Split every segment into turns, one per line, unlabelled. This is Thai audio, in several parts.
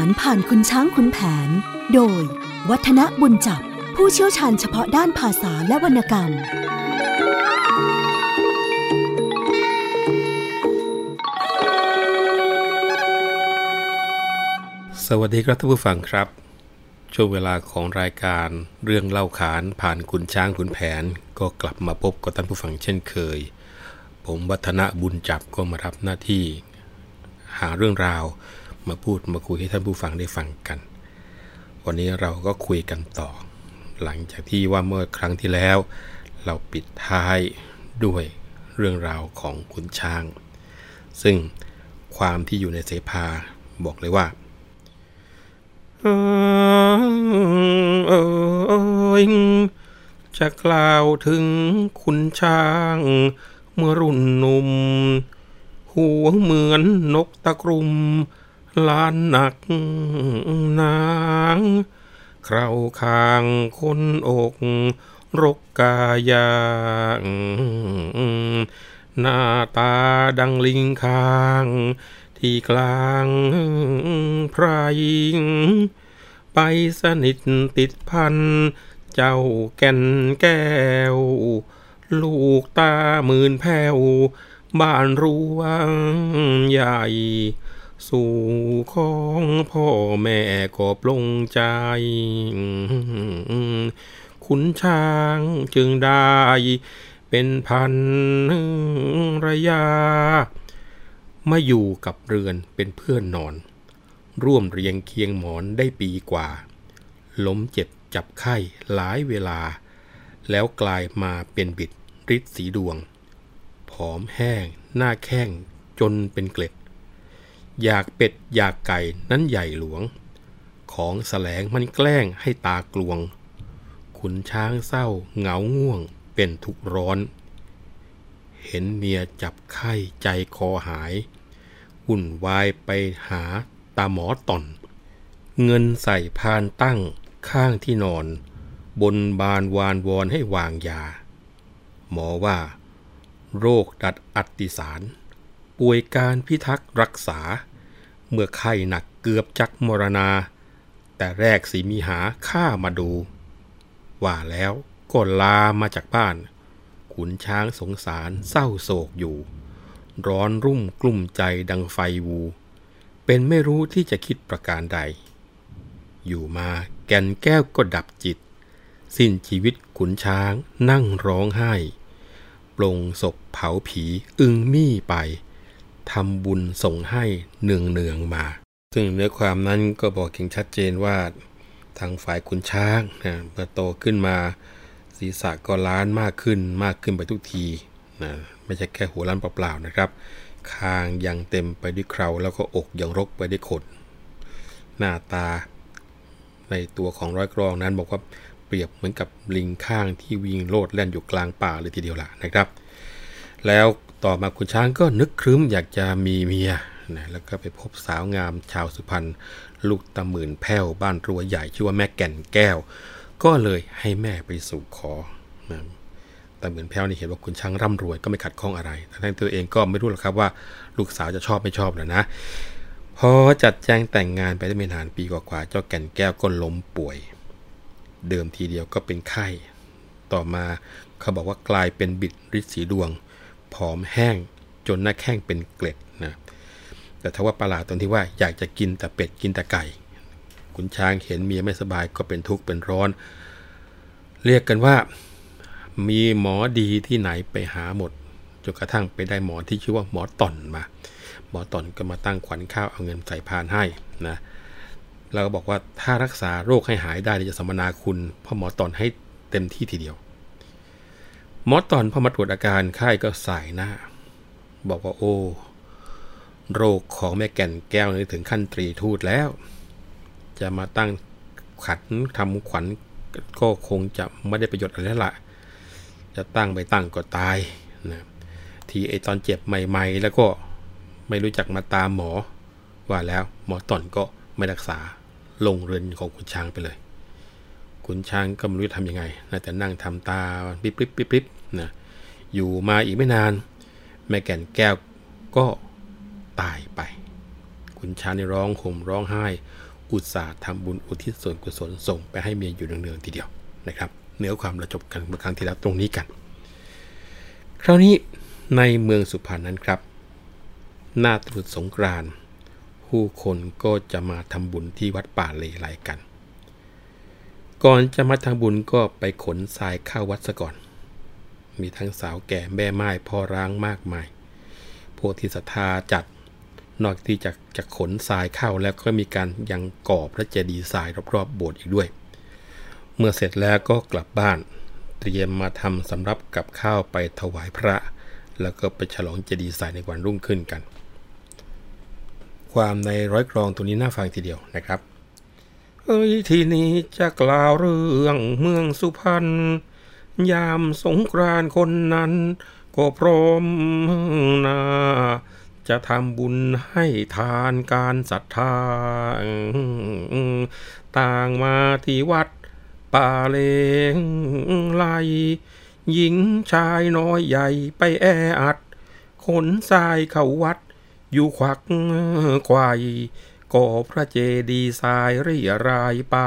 ารผ่านคุณช้างขุนแผนโดยวัฒนบุญจับผู้เชี่ยวชาญเฉพาะด้านภาษาและวรรณกรรม
สวัสดีครับท่านผู้ฟังครับช่วงเวลาของรายการเรื่องเล่าขานผ่านขุนช้างขุนแผนก็กลับมาพบกับท่านผู้ฟังเช่นเคยผมวัฒนบุญจับก็มารับหน้าที่หาเรื่องราวมาพูดมาคุยให้ท่านผู้ฟังได้ฟังกันวันนี้เราก็คุยกันต่อหลังจากที่ว่าเมื่อครั้งที่แล้วเราปิดท้ายด้วยเรื่องราวของขุนช้างซึ่งความที่อยู่ในเสภาบอกเลยว่าจะกล่าวถึงขุนช้างเมื่อรุ่นหนุ่มหัวเหมือนนกตะกรุมล้านหนักนางเคราคางคนอกรกกายางหน้าตาดังลิงคางที่กลางไพรไปสนิทติดพันเจ้าแก่นแก้วลูกตาหมื่นแผ่วบ้านรวงใหญ่สู่ของพ่อแม่ก็ปลงใจขุนช้างจึงได้เป็นพันรยามาอยู่กับเรือนเป็นเพื่อนนอนร่วมเรียงเคียงหมอนได้ปีกว่าล้มเจ็บจับไข้หลายเวลาแล้วกลายมาเป็นบิดฤทธิ์สีดวงผอมแห้งหน้าแข้งจนเป็นเกล็ดอยากเป็ดอยากไก่นั้นใหญ่หลวงของแสลงมันแกล้งให้ตากลวงขุนช้างเศร้าเหงาง่วงเป็นทุกข์ร้อนเห็นเมียจับไข้ใจคอหายวุ่นวายไปหาตาหมอต่อนเงินใส่พานตั้งข้างที่นอนบนบานวานวอนให้วางยาหมอว่าโรคดัดอัตติสารป่วยการพิทักษ์รักษาเมื่อไข้หนักเกือบจักมรณาแต่แรกสิมีหาข้ามาดูว่าแล้วก็ลามาจากบ้านขุนช้างสงสารเศร้าโศกอยู่ร้อนรุ่มกลุ่มใจดังไฟวูเป็นไม่รู้ที่จะคิดประการใดอยู่มาแก่นแก้วก็ดับจิตสิ้นชีวิตขุนช้างนั่งร้องไห้ปลงศพเผาผีอึงมี่ไปทำบุญส่งให้เนืองมาซึ่งเนื้อความนั้นก็บอกอย่างชัดเจนว่าทางฝ่ายขุนช้างนะเมื่อโตขึ้นมาศีรษะก็ล้านมากขึ้นไปทุกทีนะไม่ใช่แค่หัวล้านเปล่าๆนะครับคางยังเต็มไปด้วยเคราแล้วก็อกยังรกไปด้วยขนหน้าตาในตัวของร้อยกรองนั้นบอกว่าเปรียบเหมือนกับลิงข้างที่วิ่งโลดแล่นอยู่กลางป่าเลยทีเดียวล่ะนะครับแล้วต่อมาขุนช้างก็นึกครึ้มอยากจะมีเมียนะแล้วก็ไปพบสาวงามชาวสุพรรณลูกตาหมื่นแพ้วบ้านรัวใหญ่ชื่อว่าแม่แก่นแก้วก็เลยให้แม่ไปสู่ขอนะตาหมื่นแพ้วนี่เห็นว่าขุนช้างร่ำรวยก็ไม่ขัดข้องอะไรทั้งตัวเองก็ไม่รู้หรอกครับว่าลูกสาวจะชอบไม่ชอบนะพอจัดแจงแต่งงานไปได้ไม่นานปีกว่าๆเจ้าแก่นแก้วก็ล้มป่วยเดิมทีเดียวก็เป็นไข้ต่อมาเขาบอกว่ากลายเป็นบิดฤทธิ์สีดวงผอมแห้งจนหน้าแข้งเป็นเกล็ดนะแต่ถ้าว่าประหลาดตรงที่ว่าอยากจะกินแต่เป็ดกินแต่ไก่ขุนช้างเห็นเมียไม่สบายก็เป็นทุกข์เป็นร้อนเรียกกันว่ามีหมอดีที่ไหนไปหาหมดจนกระทั่งไปได้หมอที่ชื่อว่าหมอต่อนมาหมอต่อนก็มาตั้งขวัญข้าวเอาเงินใส่พานให้นะแล้วก็บอกว่าถ้ารักษาโรคให้หายได้จะสัมมนาคุณพ่อหมอต่อนให้เต็มที่ทีเดียวหมอต่อนพอมาตรวจอาการไข้ก็สายหน้าบอกว่าโอ้โรคของแม่แก่นแก้วนี่ถึงขั้นตรีทูตแล้วจะมาตั้งขันทำขวัญก็คงจะไม่ได้ประโยชน์อะไรแล้วล่ะจะตั้งไปตั้งก็ตายนะทีไอตอนเจ็บใหม่ๆแล้วก็ไม่รู้จักมาตามหมอว่าแล้วหมอต่อนก็ไม่รักษาลงเรือนของขุนช้างไปเลยขุนช้างก็ไม่รู้จะทำยังไงน่าจะนั่งทำตาปิ๊บนะอยู่มาอีกไม่นานแม่แก่นแก้วก็ตายไปขุนช้างนี่ร้องห่มร้องไห้อุตส่าห์ทำบุญอุทิศส่วนกุศลส่งไปให้เมียอยู่เนืองๆทีเดียวนะครับเนื้อความเราจบกันเมื่อครั้งที่แล้วตรงนี้กันคราวนี้ในเมืองสุพรรณนั้นครับหน้าตรุษสงกรานต์ผู้คนก็จะมาทำบุญที่วัดป่าเลไลกันก่อนจะมาทำบุญก็ไปขนทรายเข้าวัดซะก่อนมีทั้งสาวแก่แม่ไม้พ่อร้างมากมายพวกที่ศรัทธาจัดนอกที่จะขนทรายเข้าแล้วก็มีการยังก่อพระเจดีย์ทรายรอบๆโบสถ์อีกด้วยเมื่อเสร็จแล้วก็กลับบ้านเตรียมมาทำสำรับกับข้าวไปถวายพระแล้วก็ไปฉลองเจดีย์ทรายในวันรุ่งขึ้นกันความในร้อยกลองตัวนี้น่าฟังทีเดียวนะครับทีนี้จะกล่าวเรื่องเมืองสุพรรณยามสงกรานต์คนนั้นก็พร้อมนาจะทำบุญให้ทานการศรัทธาต่างมาที่วัดป่าเลไลหญิงชายน้อยใหญ่ไปแออัดขนทรายเข้าวัดอยู่ขวักไขว่ก่อพระเจดีย์ทรายเรียรายไป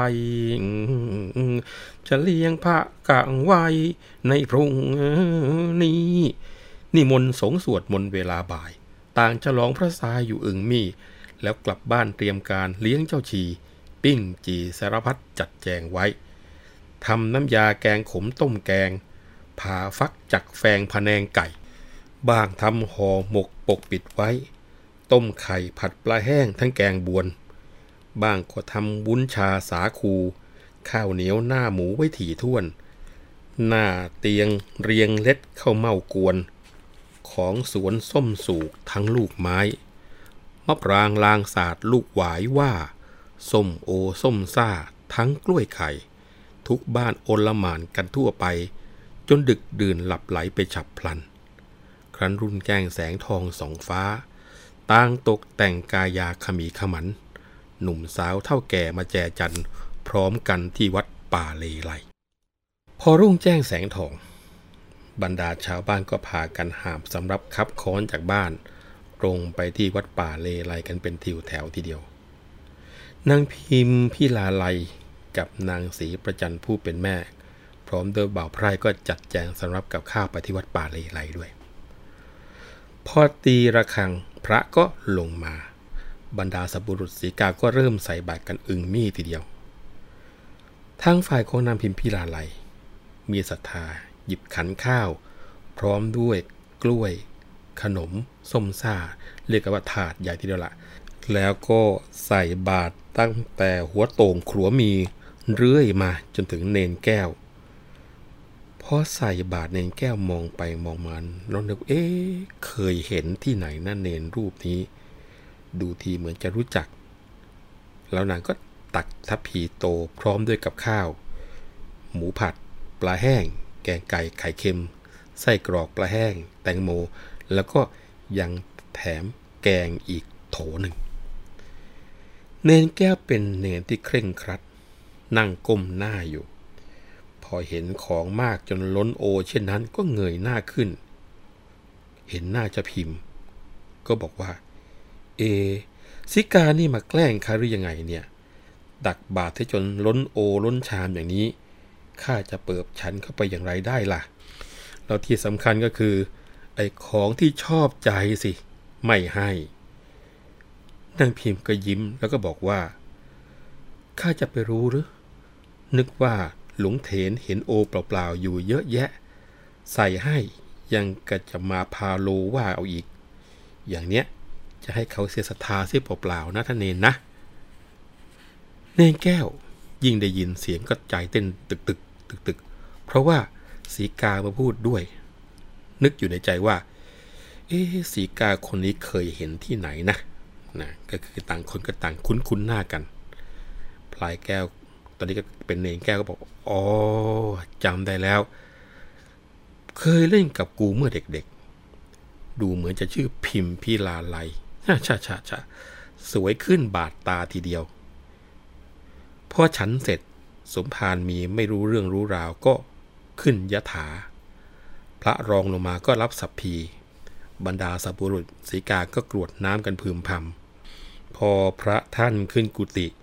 จะเลี้ยงพระกะไว้ในพรุ่งนี้นิมนต์สงฆ์สวดมนต์เวลาบ่ายต่างฉลองพระทรายอยู่อึ่งมี่แล้วกลับบ้านเตรียมการเลี้ยงเจ้าชีปิ้งจีสารพัดจัดแจงไว้ทำน้ำยาแกงขมต้มแกงผ่าฟักจักแฟงพะแนงไก่บ้างทำห่อหมกปกปิดไว้ต้มไข่ผัดปลาแห้งทั้งแกงบวนบ้างก็ทำวุ้นชาสาคูข้าวเหนียวหน้าหมูไว้ถี่ถ้วนหน้าเตียงเรียงเล็ดเข้าเม่ากวนของสวนส้มสูกทั้งลูกไม้มะปรางลางศาสตร์ลูกหวายว่าส้มโอส้มซ่าทั้งกล้วยไข่ทุกบ้านโอลหม่านกันทั่วไปจนดึกดื่นหลับไหลไปฉับพลันครั้นรุ่นแจ้งแสงทองสองฟ้าต่างตกแต่งกายาขมีขมันหนุ่มสาวเท่าแก่มาแจจันพร้อมกันที่วัดป่าเลไลพอรุ่งแจ้งแสงทองบรรดาชาวบ้านก็พากันหามสำรับคับค้อนจากบ้านตรงไปที่วัดป่าเลไลกันเป็นทิวแถวทีเดียวนางพิมพิลาไลกับนางศรีประจันผู้เป็นแม่พร้อมด้วยบ่าวไพร่ก็จัดแจงสำรับกับข้าวไปที่วัดป่าเลไลด้วยพอตีระฆังพระก็ลงมาบรรดาสัพบุรุษสีกาก็เริ่มใส่บาตรกันอึงมี่ทีเดียวทางฝ่ายของนางพิมพิลาไลมีศรัทธาหยิบขันข้าวพร้อมด้วยกล้วยขนมส้มซ่าเรียกว่าถาดใหญ่ทีเดียวละแล้วก็ใส่บาตรตั้งแต่หัวโต่งขรัวมีเรื่อยมาจนถึงเนนแก้วพอใส่บาตรเนนแก้วมองไปมองมาน้องนึกเคยเห็นที่ไหนนั่นเนนรูปนี้ดูทีเหมือนจะรู้จักแล้วนางก็ตักทัพพีโตพร้อมด้วยกับข้าวหมูผัดปลาแห้งแกงไก่ไข่เค็มไส้กรอกปลาแห้งแตงโมแล้วก็ยังแถมแกงอีกโถหนึ่งเนนแก้วเป็นเนนที่เคร่งครัดนั่งก้มหน้าอยู่พอเห็นของมากจนล้นโอเช่นนั้นก็เงยหน้าขึ้นเห็นหน้าเจ้าพิมพ์ก็บอกว่าสิกานี่มาแกล้งข้าหรือยังไงเนี่ยตักบาตรให้จนล้นโอล้นชามอย่างนี้ข้าจะเปิบฉันเข้าไปอย่างไรได้ล่ะแล้วที่สำคัญก็คือไอ้ของที่ชอบใจสิไม่ให้นางพิมพ์ก็ยิ้มแล้วก็บอกว่าข้าจะไปรู้หรือนึกว่าหลวงเถนเห็นโอเปล่าๆอยู่เยอะแยะใส่ให้ยังก็จะมาพาโลว่าเอาอีกอย่างเนี้ยจะให้เขาเสียศรัทธาเสียเปล่าๆนะท่านเนนนะเนนแก้วยิ่งได้ยินเสียงก็ใจเต้นตึกเพราะว่าสีกามาพูดด้วยนึกอยู่ในใจว่าสีกาคนนี้เคยเห็นที่ไหนนะก็คือต่างคนก็ต่างคุ้นหน้ากันพลายแก้วตอนนี้ก็เป็นเนนแก้วก็บอกจำได้แล้วเคยเล่นกับกูเมื่อเด็กๆดูเหมือนจะชื่อพิมพิลาไลชะสวยขึ้นบาดตาทีเดียวพอฉันเสร็จสมภารมีไม่รู้เรื่องรู้ราวก็ขึ้นยถาพระรองลงมาก็รับสัพพีบรรดาสัพบุรุษสีกาก็กรวดน้ำกันพึมพำพอพระท่านขึ้นกุฏิ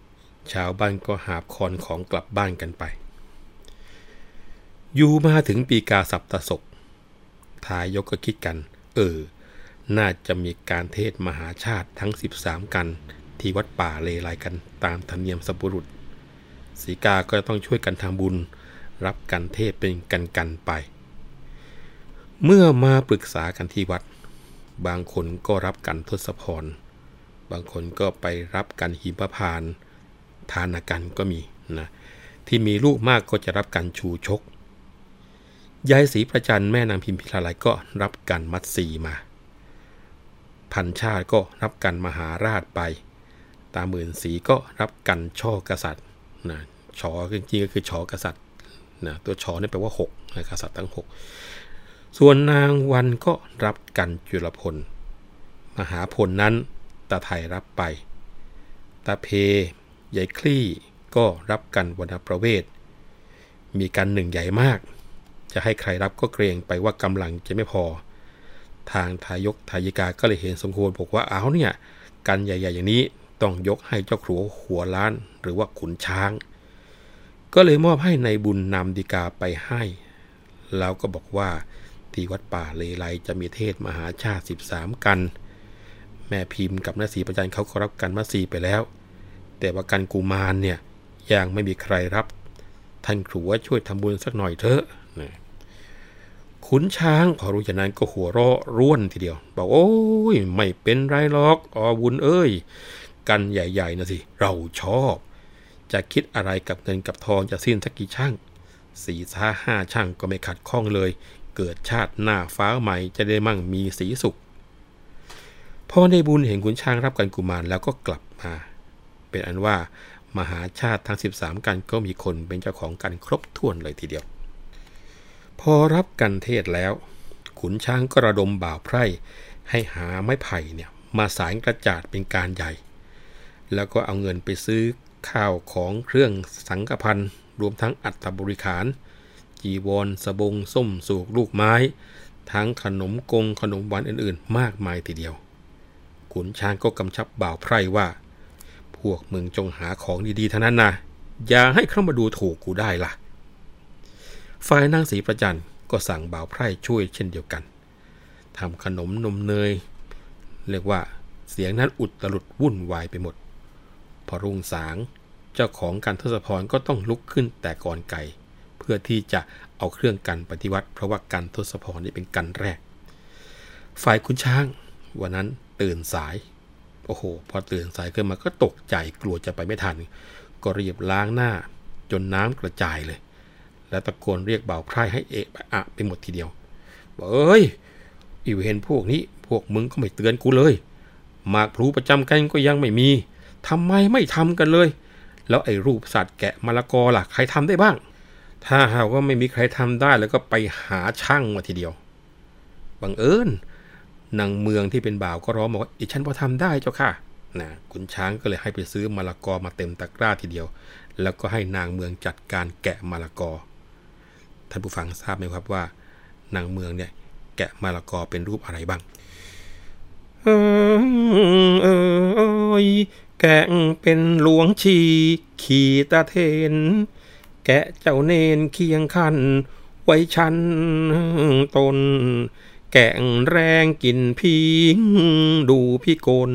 ชาวบ้านก็หาบคอนของกลับบ้านกันไปอยู่มาถึงปีกาสัปตศกทายกก็คิดกันน่าจะมีการเทศมหาชาติทั้ง13กันที่วัดป่าเลไลกันตามธรรมเนียมสัพบุรุษสีกาก็ต้องช่วยกันทำบุญรับกันเทศเป็นกันไปเมื่อมาปรึกษากันที่วัดบางคนก็รับกันทศพรบางคนก็ไปรับกันหิมพานต์ทานกันก็มีนะที่มีลูกมากก็จะรับกันชูชกยายศรีประจันแม่นางพิมพิลาไลก็รับกันมัดสีมาพันชาติก็รับกันมหาราชไปตาหมื่นศรีก็รับกันช่อกษัตริย์นะชอจริงๆก็คือชอกษัตริย์นะตัวชอนี่แปลว่า6นะกษัตริย์ทั้ง6ส่วนนางวันก็รับกันจุลพลมหาพลนั้นตาไทยรับไปตาเพยายคลี่ก็รับกันวรรณประเวศมีกันหนึ่งใหญ่มากจะให้ใครรับก็เกรงไปว่ากำลังจะไม่พอทางทายกทายิกาก็เลยเห็นสมควรบอกว่าเอาเนี่ยกันใหญ่ๆอย่างนี้ต้องยกให้เจ้าครัวหัวล้านหรือว่าขุนช้างก็เลยมอบให้ในบุญนำฎีกาไปให้แล้วก็บอกว่าที่วัดป่าเลไลจะมีเทศมหาชาติ13กันแม่พิมพ์กับน้าศรีประจันเขาก็รับกันมัดสีไปแล้วแต่ว่ากันกุมารเนี่ยยังไม่มีใครรับท่านครูว่าช่วยทำบุญสักหน่อยเถอะขุนช้างพอรู้จากนั้นก็หัวเราะร่วนทีเดียวบอกโอ้ยไม่เป็นไรหรอกบุญเอ้ยกันใหญ่ๆนะสิเราชอบจะคิดอะไรกับเงินกับทองจะสิ้นสักกี่ช่าง4-5ช่างก็ไม่ขัดข้องเลยเกิดชาติหน้าฟ้าใหม่จะได้มั่งมีสีสุขพอในบุญเห็นขุนช้างรับกันกุมารแล้วก็กลับมาเป็นอันว่ามหาชาติทั้ง13กันก็มีคนเป็นเจ้าของกันครบถ้วนเลยทีเดียวพอรับกันเทศแล้วขุนช้างก็ระดมบ่าวไพร่ให้หาไม้ไผ่เนี่ยมาสานกระจาดเป็นการใหญ่แล้วก็เอาเงินไปซื้อข้าวของเครื่องสังฆพันธ์รวมทั้งอัฐบริขารจีวรสบงส้มสูกลูกไม้ทั้งขนมกงขนมหวานอื่นๆมากมายทีเดียวขุนช้างก็กำชับบ่าวไพร่ว่าพวกมึงจงหาของดีๆเท่านั้นนะอย่าให้เข้ามาดูถูกกูได้ล่ะฝ่ายนางศรีประจันก็สั่งบ่าวไพร่ช่วยเช่นเดียวกันทำขนมนมเนยเรียกว่าเสียงนั้นอุตลุดวุ่นวายไปหมดพอรุ่งสางเจ้าของกันทศพรก็ต้องลุกขึ้นแต่ก่อนไก่เพื่อที่จะเอาเครื่องกันไปที่วัดเพราะว่ากันทศพรนี่เป็นกันแรกฝ่ายขุนช้างวันนั้นตื่นสายโอ้โหพอตื่นสายขึ้นมาก็ตกใจกลัวจะไปไม่ทันก็รีบล้างหน้าจนน้ำกระจายเลยแล้วตะโกนเรียกบ่าวไพร่ให้เอะอะไปหมดทีเดียวบอกอีเวนพวกนี้พวกมึงก็ไม่เตือนกูเลยหมากพลูประจำกันก็ยังไม่มีทำไมไม่ทำกันเลยแล้วไอ้รูปสัตว์แกะมะละกอล่ะใครทำได้บ้างถ้าหากว่าไม่มีใครทำได้แล้วก็ไปหาช่างมาทีเดียวบังเอิญนางเมืองที่เป็นบ่าวก็ร้องบอกว่าฉันพอทำได้เจ้าค่ะนะขุนช้างก็เลยให้ไปซื้อมะละกอมาเต็มตะกร้าทีเดียวแล้วก็ให้นางเมืองจัดการแกะมะละกอท่านผู้ฟังทราบไหมครับว่านางเมืองเนี่ยแกะมะละกอเป็นรูปอะไรบ้างแกะเป็นหลวงชีขี่ตาเทนแกะเจ้าเนนเคียงคันไว้ชันตนแกะแรงกินพิงดูพี่กล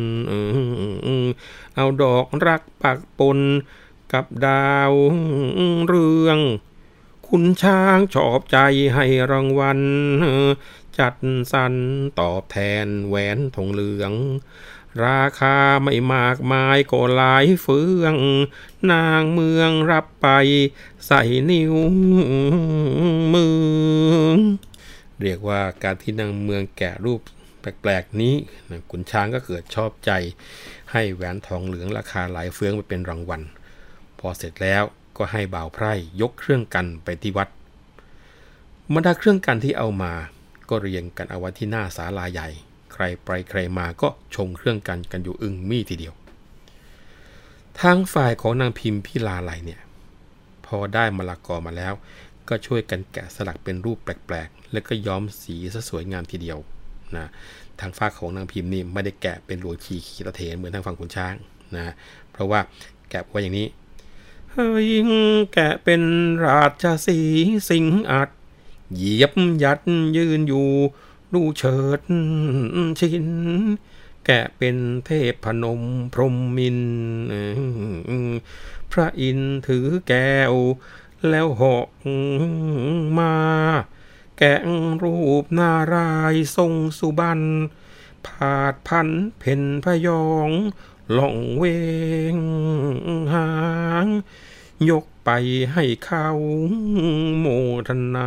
เอาดอกรักปักปนกับดาวเรืองคุณช้างชอบใจให้รางวัลจัดสรรตอบแทนแหวนทองเหลืองราคาไม่มากมายก็หลายเฟืองนางเมืองรับไปใส่นิ้วมือเรียกว่าการที่นางเมืองแกะรูปแปลกๆนี้ขุนช้างก็เกิดชอบใจให้แหวนทองเหลืองราคาหลายเฟืองไปเป็นรางวัลพอเสร็จแล้วก็ให้บ่าวไพร่ยกเครื่องกันไปที่วัดบรรดาเครื่องกันที่เอามาก็เรียงกันเอาไว้ที่หน้าศาลาใหญ่ใครไปใครมาก็ชมเครื่องกันอยู่อึ้งมี่ทีเดียวทางฝ่ายของนางพิมพิลาไลเนี่ยพอได้มะละกอมาแล้วก็ช่วยกันแกะสลักเป็นรูปแปลกๆแล้วก็ย้อมสีซะสวยงามทีเดียวนะทางฝ่ายของนางพิมนี่ไม่ได้แกะเป็นหลวงชีขี่ตะเถนเหมือนทางฝั่งขุนช้างนะเพราะว่าแแกะไว้อย่างนี้เฮ้ยแกะเป็นราชสีห์สิงห์อัดเหยียบยัดยืนอยู่ดูเฉิดชินแกะเป็นเทพพนมพรหมมินพระอินทร์ถือแก้วแล้วเหาะมาแกะรูปนารายณ์ทรงสุบรรณผาดพันเพ่นพยองล่องเวงหางยกไปให้เขาโมทนา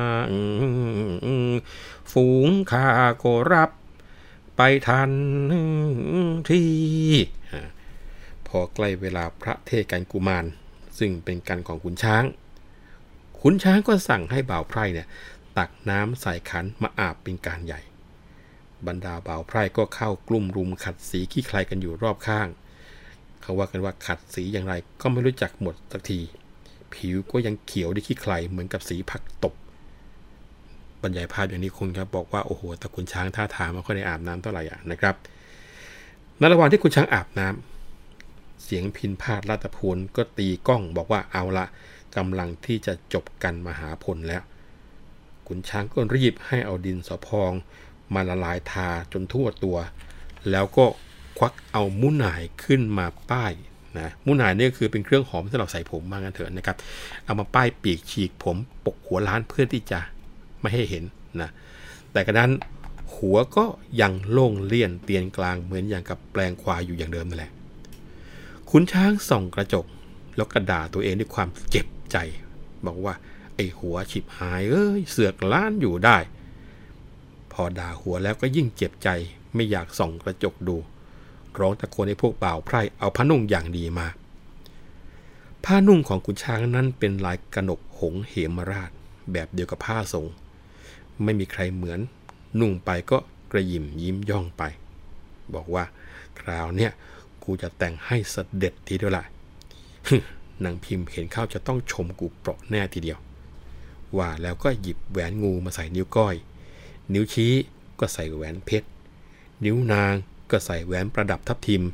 ฝูงข้าก็รับไปทันทีพอใกล้เวลาพระเทศกันกุมารซึ่งเป็นกันของขุนช้างก็สั่งให้บ่าวไพร่เนี่ยตักน้ำใส่ขันมาอาบเป็นการใหญ่บรรดาบ่าวไพร่ก็เข้ากลุ่มรุมขัดสีขี้ใครกันอยู่รอบข้างเขาว่ากันว่าขัดสีอย่างไรก็ไม่รู้จักหมดสักทีผิวก็ยังเขียวด้วยขี้ใครเหมือนกับสีผักตบบรรยายภาพอย่างนี้คงจะบอกว่าโอ้โหแต่ขุนช้างท่าทางไม่ค่อยได้อาบน้ำเท่าไหร่นะครับในระหว่างที่ขุนช้างอาบน้ำเสียงพิณพาทย์ราชพลก็ตีก้องบอกว่าเอาละกำลังที่จะจบกันมหาพลแล้วขุนช้างก็รีบให้เอาดินสอพองมาละลายทาจนทั่วตัวแล้วก็ควักเอามุหน่ายขึ้นมาป้ายนะมุหน่ายนี่คือเป็นเครื่องหอมสำหรับใส่ผมมากันเถอะนะครับเอามาป้ายปีกฉีกผมปกหัวล้านเพื่อที่จะไม่ให้เห็นนะแต่กระนั้นหัวก็ยังโล่งเลี่ยนเตียนกลางเหมือนอย่างกับแปลงควายอยู่อย่างเดิมนั่นแหละขุนช้างส่องกระจกแล้วก็ด่าตัวเองด้วยความเจ็บใจบอกว่าไอ้หัวฉิบหายเสือกล้านอยู่ได้พอด่าหัวแล้วก็ยิ่งเจ็บใจไม่อยากส่องกระจกดูร้องตะโกนให้พวกบ่าวไพร่เอาผ้านุ่งอย่างดีมาผ้านุ่งของขุนช้างนั้นเป็นลายกนกหงส์เหมราชแบบเดียวกับผ้าสงฆ์ไม่มีใครเหมือนนุ่งไปก็กระยิมยิ้มย่องไปบอกว่าคราวเนี้ยกูจะแต่งให้เสด็จทีเดียวละ นางพิมพ์เห็นเข้าจะต้องชมกูเปราะแน่ทีเดียวว่าแล้วก็หยิบแหวนงูมาใส่นิ้วก้อยนิ้วชี้ก็ใส่แหวนเพชรนิ้วนางก็ใส่แหวนประดับทับทิม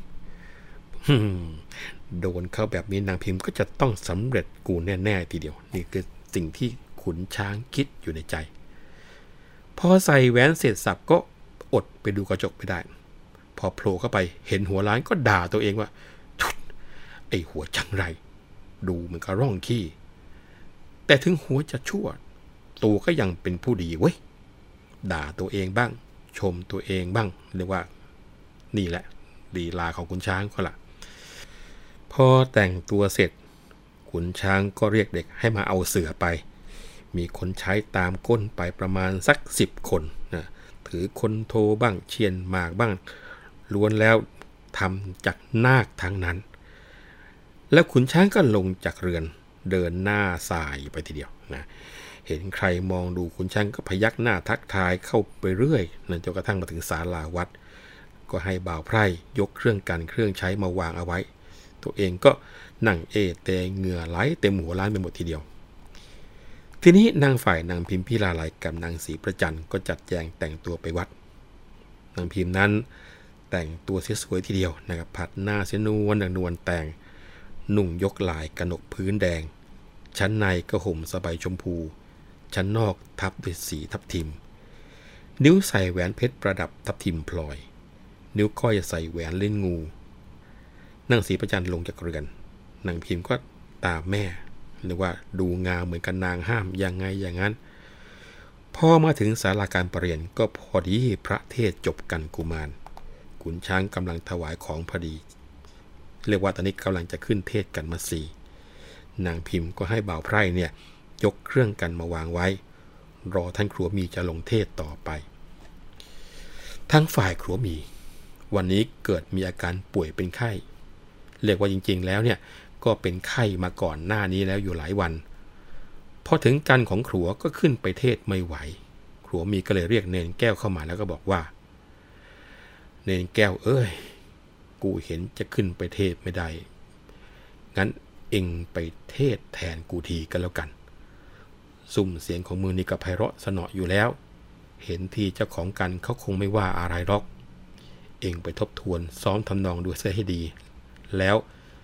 โดนเข้าแบบนี้นางพิมพ์ก็จะต้องสำเร็จกูแน่ๆทีเดียวนี่คือสิ่งที่ขุนช้างคิดอยู่ในใจพอใส่แหวนเสร็จสับก็อดไปดูกระจกไม่ได้พอโผล่เข้าไปเห็นหัวล้านก็ด่าตัวเองว่าทุดไอหัวจังไรดูเหมือนกับร่องขี้แต่ถึงหัวจะชั่วตัวก็ยังเป็นผู้ดีเว้ยด่าตัวเองบ้างชมตัวเองบ้างเรียกว่านี่แหละลีลาของขุนช้างก็ละพอแต่งตัวเสร็จขุนช้างก็เรียกเด็กให้มาเอาเสือไปมีคนใช้ตามก้นไปประมาณสัก10 คนนะถือคนโทบ้างเชียนหมากบ้างล้วนแล้วทำจากนาคทั้งนั้นแล้วขุนช้างก็ลงจากเรือนเดินหน้าสายไปทีเดียวนะเห็นใครมองดูขุนช้างก็พยักหน้าทักทายเข้าไปเรื่อยจนกระทั่งมาถึงศาลาวัดก็ให้บ่าวไพร่ยกเครื่องกันเครื่องใช้มาวางเอาไว้ตัวเองก็นั่งเตะเหงื่อไหลเต็มหัวล้านไปหมดทีเดียวทีนี้นางพิมพิลาไลยกับนางศรีประจันก็จัดแจงแต่งตัวไปวัดนางพิมนั้นแต่งตัวสวยๆทีเดียวนะครับผัดหน้าเสนวนนวลแต่งนุ่งยกลายกนกพื้นแดงชั้นในก็ห่มสบายชมพูชั้นนอกทับด้วยสีทับทิมนิ้วใส่แหวนเพชรประดับทับทิมพลอยนิ้วก้อยใส่แหวนเล่นงูนางศรีประจันลงจากเรือนนางพิมก็ตามแม่หรือว่าดูงามเหมือนกันนางห้ามยังไงอย่างนั้นพอมาถึงศาลาการประเรียนก็พอดีพระเทศจบกันกุมารขุนช้างกำลังถวายของพอดีเรียกว่าตอนนี้กำลังจะขึ้นเทศกันมาสีนางพิมพ์ก็ให้บ่าวไพร่เนี่ยยกเครื่องกันมาวางไว้รอท่านครัวมีจะลงเทศต่อไปทั้งฝ่ายครัวมีวันนี้เกิดมีอาการป่วยเป็นไข้เรียกว่าจริงๆแล้วเนี่ยก็เป็นไข้มาก่อนหน้านี้แล้วอยู่หลายวันพอถึงกันของครัวก็ขึ้นไปเทศไม่ไหวครัวมีก็เลยเรียกเนนแก้วเข้ามาแล้วก็บอกว่าเนนแก้วกูเห็นจะขึ้นไปเทศไม่ได้งั้นเอ็งไปเทศแทนกูทีกันแล้วกันซุ้มเสียงของมือนี่ก็ไพเราะสนออยู่แล้วเห็นที่เจ้าของกันเขาคงไม่ว่าอะไรหรอกเอ็งไปทบทวนซ้อมทำนองดูเสียให้ดีแล้ว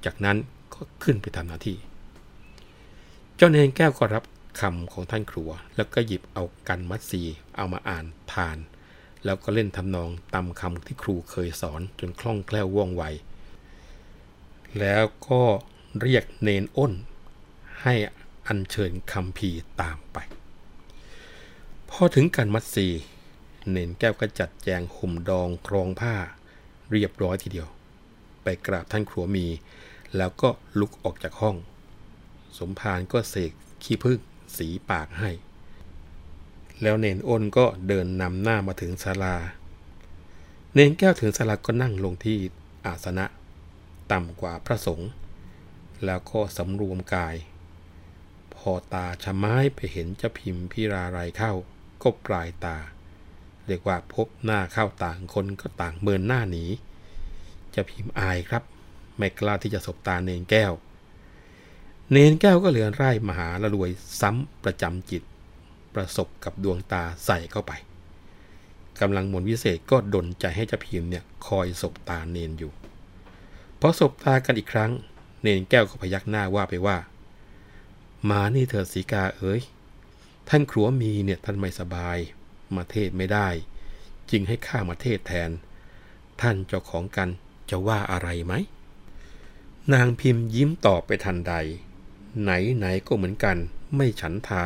จากนั้นก็ขึ้นไปทำหน้าที่เจ้าเนรแก้วก็รับคำของท่านครูแล้วก็หยิบเอากันมัดสีเอามาอ่านทานแล้วก็เล่นทำนองตามคำที่ครูเคยสอนจนคล่องแคล่วว่องไวแล้วก็เรียกเนรอ้นให้อัญเชิญคัมภีร์ตามไปพอถึงกันมัดสีเนรแก้วก็จัดแจงห่มดองครองผ้าเรียบร้อยทีเดียวไปกราบท่านครูมีแล้วก็ลุกออกจากห้องสมภารก็เสกขี้ผึ้งสีปากให้แล้วเนรอ้นก็เดินนำหน้ามาถึงศาลาเนรแก้วถึงศาลาก็นั่งลงที่อาสนะต่ำกว่าพระสงฆ์แล้วก็สำรวมกายพอตาชะม้ายไปเห็นเจ้าพิมพิราลัยเข้าก็ปลายตาเรียกว่าพบหน้าเข้าต่างคนก็ต่างเมินหน้าหนีเจ้าพิมอายครับไม่กล้าที่จะสบตาเนรแก้วก็เหลือไร่มหาละรวยซ้ำประจำจิตประสบกับดวงตาใส่เข้าไปกำลังมนต์วิเศษก็ดลใจให้เจ้าพิมเนี่ยคอยสบตาเนรอยู่พอสบตากันอีกครั้งเนรแก้วก็พยักหน้าว่าไปว่ามานี่เถิดสีกาเอ๋ยท่านครัวมีเนี่ยท่านไม่สบายมาเทศไม่ได้จึงให้ข้ามาเทศแทนท่านเจ้าของกันจะว่าอะไรไหมนางพิมพ์ยิ้มตอบไปทันใดไหนก็เหมือนกันไม่ฉันทา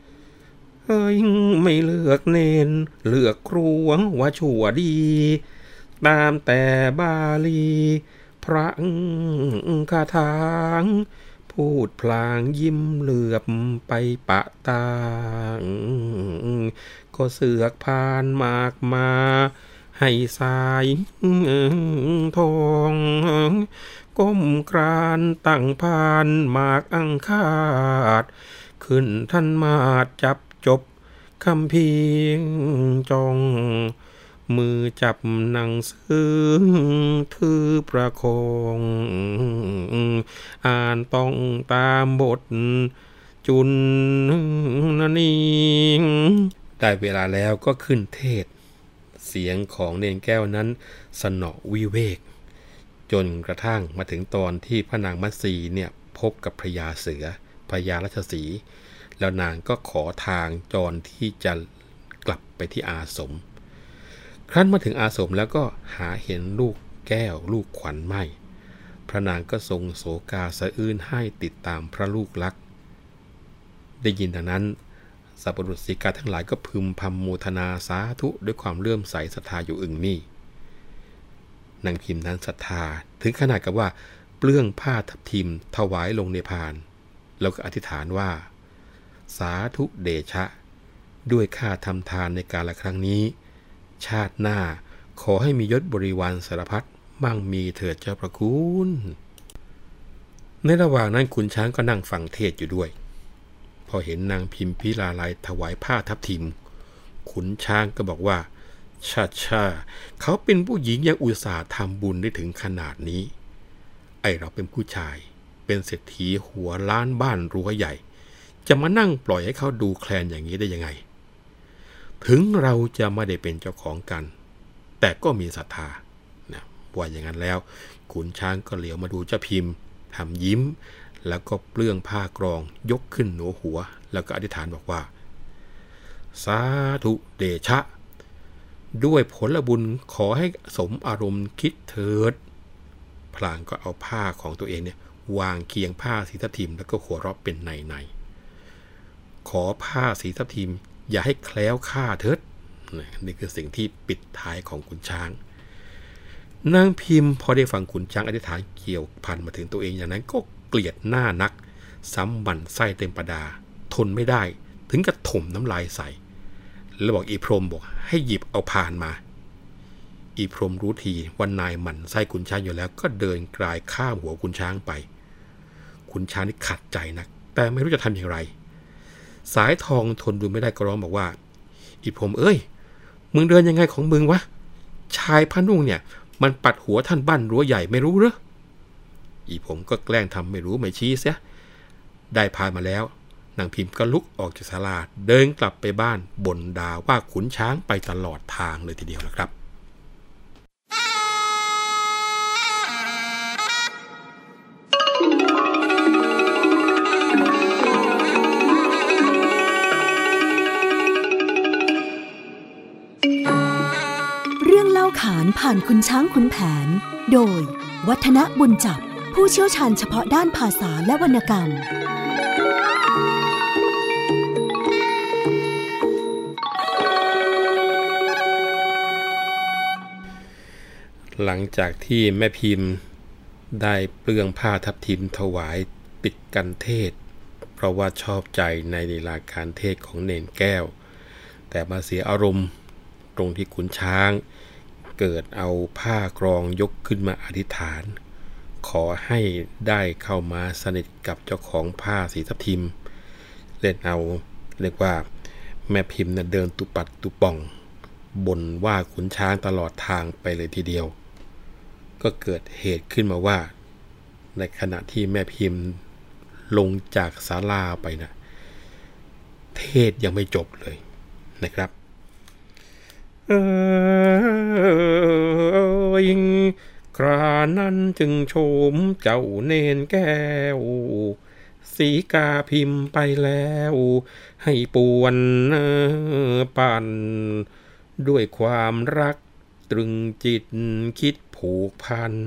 ไม่เลือกเนนเลือกครูว่าชั่วดีตามแต่บาลีพระคาถางพูดพลางยิ้มเหลือบไปปะตาก็เสือกผ่านมากมาให้สายทองก้มกรานตั้งพานหมากอังคาดขึ้นท่านมาจับจบคำพีจองมือจับหนังสือถือประคองอ่านต้องตามบทจุนนีได้เวลาแล้วก็ขึ้นเทศเสียงของเนรแก้วนั้นสนอวิเวกจนกระทั่งมาถึงตอนที่พระนางมัตสีเนี่ยพบกับพญาเสือพญาราชสีห์แล้วนางก็ขอทางจรที่จะกลับไปที่อาสมครั้นมาถึงอาสมแล้วก็หาเห็นลูกแก้วลูกขวัญไม่พระนางก็ทรงโศกาสะอื้นให้ติดตามพระลูกรักได้ยินดังนั้นสัพพะรุษสีกาทั้งหลายก็พึมพำโมทนาสาธุด้วยความเลื่อมใสศรัทธาอยู่อึ่งนี่นางพิมพ์นั้นศรัทธาถึงขนาดกับว่าเปลื้องผ้าทับทิมถวายลงในพานแล้วก็อธิษฐานว่าสาธุเดชะด้วยข้าทำทานในกาลครั้งนี้ชาติหน้าขอให้มียศบริวารสารพัดมั่งมีเถิดเจ้าพระคุณในระหว่างนั้นขุนช้างก็นั่งฟังเทศอยู่ด้วยพอเห็นนางพิมพิลาลัยถวายผ้าทับทิมขุนช้างก็บอกว่าชาเขาเป็นผู้หญิงยังอุตส่าห์ทำบุญได้ถึงขนาดนี้ไอเราเป็นผู้ชายเป็นเศรษฐีหัวล้านบ้านรั้วใหญ่จะมานั่งปล่อยให้เขาดูแคลนอย่างนี้ได้ยังไงถึงเราจะไม่ได้เป็นเจ้าของกันแต่ก็มีศรัทธานะว่าอย่างนั้นแล้วขุนช้างก็เหลียวมาดูเจ้าพิมพ์ทำยิ้มแล้วก็เปลื้องผ้ากรองยกขึ้นเหนือหัวแล้วก็อธิษฐานบอกว่าสาธุเดชะด้วยผลบุญขอให้สมอารมณ์คิดเถิดพลางก็เอาผ้าของตัวเองเนี่ยวางเคียงผ้าสีทับทิมแล้วก็หัวเราะเป็นในขอผ้าสีทับทิมอย่าให้แคล้วค่าเถิดนี่คือสิ่งที่ปิดท้ายของขุนช้างนางพิมพ์พอได้ฟังขุนช้างอธิษฐานเกี่ยวพันมาถึงตัวเองอย่างนั้นก็เกลียดหน้านักซ้ำบั่นไส้เต็มประดาทนไม่ได้ถึงกับถมน้ำลายใส่แล้วบอกอีพรหมบอกให้หยิบเอาพานมาอีพรหมรู้ทีว่านายหมั่นไส้ขุนช้างอยู่แล้วก็เดินกลายข้ามหัวขุนช้างไปขุนช้างนี่ขัดใจนักแต่ไม่รู้จะทำอย่างไรสายทองทนดูไม่ได้ก็ร้องบอกว่าอีพรหมเอ้ยมึงเดินยังไงของมึงวะชายพนุ่งเนี่ยมันปัดหัวท่านบ้านรั้วใหญ่ไม่รู้เหรออีผมก็แกล้งทำไม่รู้ไม่ชี้เสียได้พานมาแล้วนางพิมพ์ก็ลุกออกจากศาลาเดินกลับไปบ้านบ่นด่าว่าขุนช้างไปตลอดทางเลยทีเดียวนะครับ
ผ่านคุณช้างขุนแผนโดยวัฒนบุญจับผู้เชี่ยวชาญเฉพาะด้านภาษาและวรรณกรรม
หลังจากที่แม่พิมพ์ได้เปลืองผ้าทับทิมถวายปิดกันเทศเพราะว่าชอบใจในลีลาการเทศของเนนแก้วแต่มาเสียอารมณ์ตรงที่ขุนช้างเกิดเอาผ้ากรองยกขึ้นมาอธิษฐานขอให้ได้เข้ามาสนิทกับเจ้าของผ้าสีทับทิมเล่นเอาเรียกว่าแม่พิมพ์เดินตุปัดตุป่องบ่นว่าขุนช้างตลอดทางไปเลยทีเดียวก็เกิดเหตุขึ้นมาว่าในขณะที่แม่พิมพ์ลงจากศาลาไปนะเทศยังไม่จบเลยนะครับครานั้นจึงโฉมเจ้าเนนแก้วสีกาพิมพ์ไปแล้วให้ปวนปั่นด้วยความรักตรึงจิตคิดผูกพัน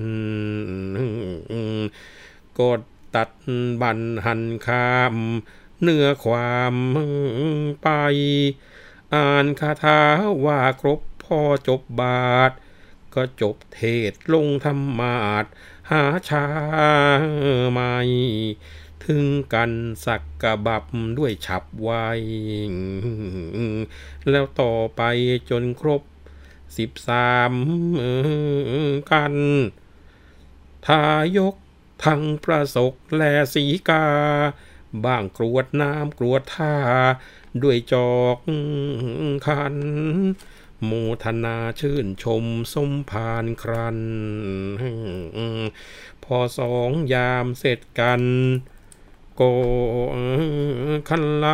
กดตัดบันหันข้ามเนื้อความไปอ่านคาถาว่าครบพอจบบาทก็จบเทศลงธรรมาสหาชาใหม่ถึงกันสักกะบับด้วยฉับไวแล้วต่อไปจนครบ13กันทายกทั้งประสกและสีกาบ้างกรวดน้ำกรวดท่าด้วยจอกขันโมทนาชื่นชมสมภารครันพอ2 ยามเสร็จกันก็คันไล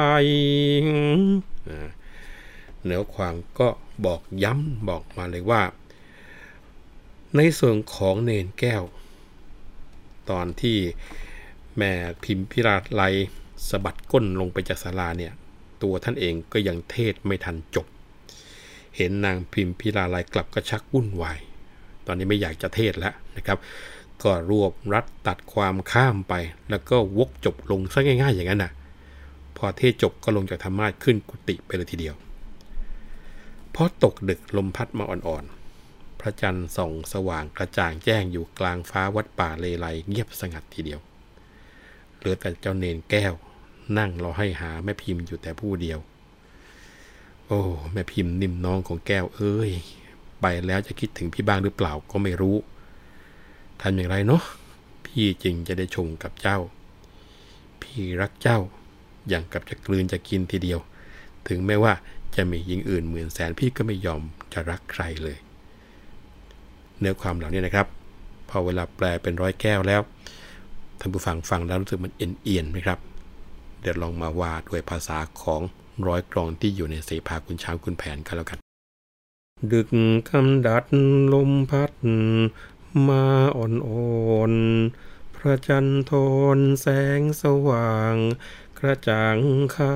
เนื้อความก็บอกย้ำบอกมาเลยว่าในส่วนของเนนแก้วตอนที่แม่พิมพิลาไลยสะบัดก้นลงไปจากศาลาเนี่ยตัวท่านเองก็ยังเทศไม่ทันจบเห็นนางพิมพิลาไลยกลับก็ชักวุ่นวายตอนนี้ไม่อยากจะเทศแล้วนะครับก็รวบรัดตัดความข้ามไปแล้วก็วกจบลงซะง่ายๆอย่างนั้นน่ะพอเทศจบก็ลงจากธรรมาสน์ขึ้นกุฏิไปเลยทีเดียวพอตกดึกลมพัดมาอ่อนๆพระจันทร์ส่องสว่างกระจ่างแจ้งอยู่กลางฟ้าวัดป่าเลไลเงียบสงัดทีเดียวเหลือแต่เจ้าเนนแก้วนั่งรอให้หาแม่พิมพ์อยู่แต่ผู้เดียวโอ้แม่พิมพ์นิ่มน้องของแก้วเอ้ยไปแล้วจะคิดถึงพี่บ้างหรือเปล่าก็ไม่รู้ทำอย่างไรเนาะพี่จริงจะได้ชมกับเจ้าพี่รักเจ้าอย่างกับจะกลืนจะกินทีเดียวถึงแม้ว่าจะมีหญิงอื่นหมื่นแสนพี่ก็ไม่ยอมจะรักใครเลยเนื้อความเหล่านี้นะครับพอเวลาแปลเป็นร้อยแก้วแล้วท่านผู้ฟังฟังแล้วรู้สึกมันเอียนไหมครับเดี๋ยวลองมาว่าด้วยภาษาของร้อยกลอนที่อยู่ในเสภาขุนช้างขุนแผนกันแล้วกันดึกกำดัดลมพัดมาอ่อนๆพระจันทร์ทอนแสงสว่างกระจ่างใส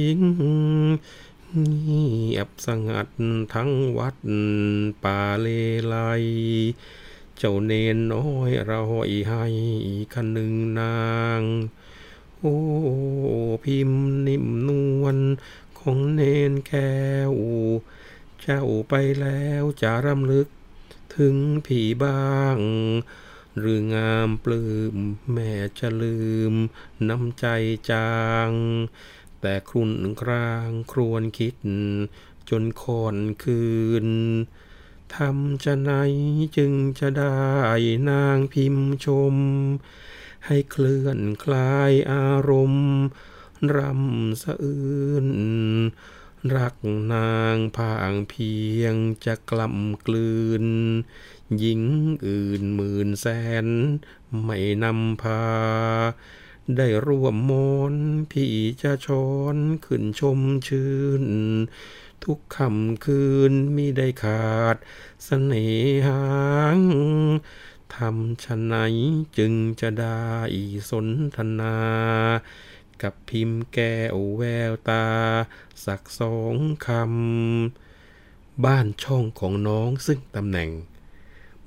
เงียบสงัดทั้งวัดป่าเลไลเจ้าเนนน้อยเราให้คันหนึ่งนางโอ้พิมพ์นิ่มนวลของเนนแก้วเจ้าไปแล้วจะรำลึกถึงพี่บ้างหรืองามปลื้มแม่จะลืมน้ำใจจางแต่ครุ่นครางครวญคิดจนค่อนคืนทำจะไหนจึงจะได้นางพิมพ์ชมให้เคลื่อนคลายอารมณ์รำสะอื้นรักนางพางเพียงจะกล่ำกลืนหญิงอื่นหมื่นแสนไม่นำพาได้ร่วมมนพี่จะช้อนขึ้นชมชื่นทุกค่ำคืนมิได้ขาดเสน่หาทำฉะไหนจึงจะได้สนทนากับพิมพ์แก้วแววตาสัก2 คำบ้านช่องของน้องซึ่งตำแหน่ง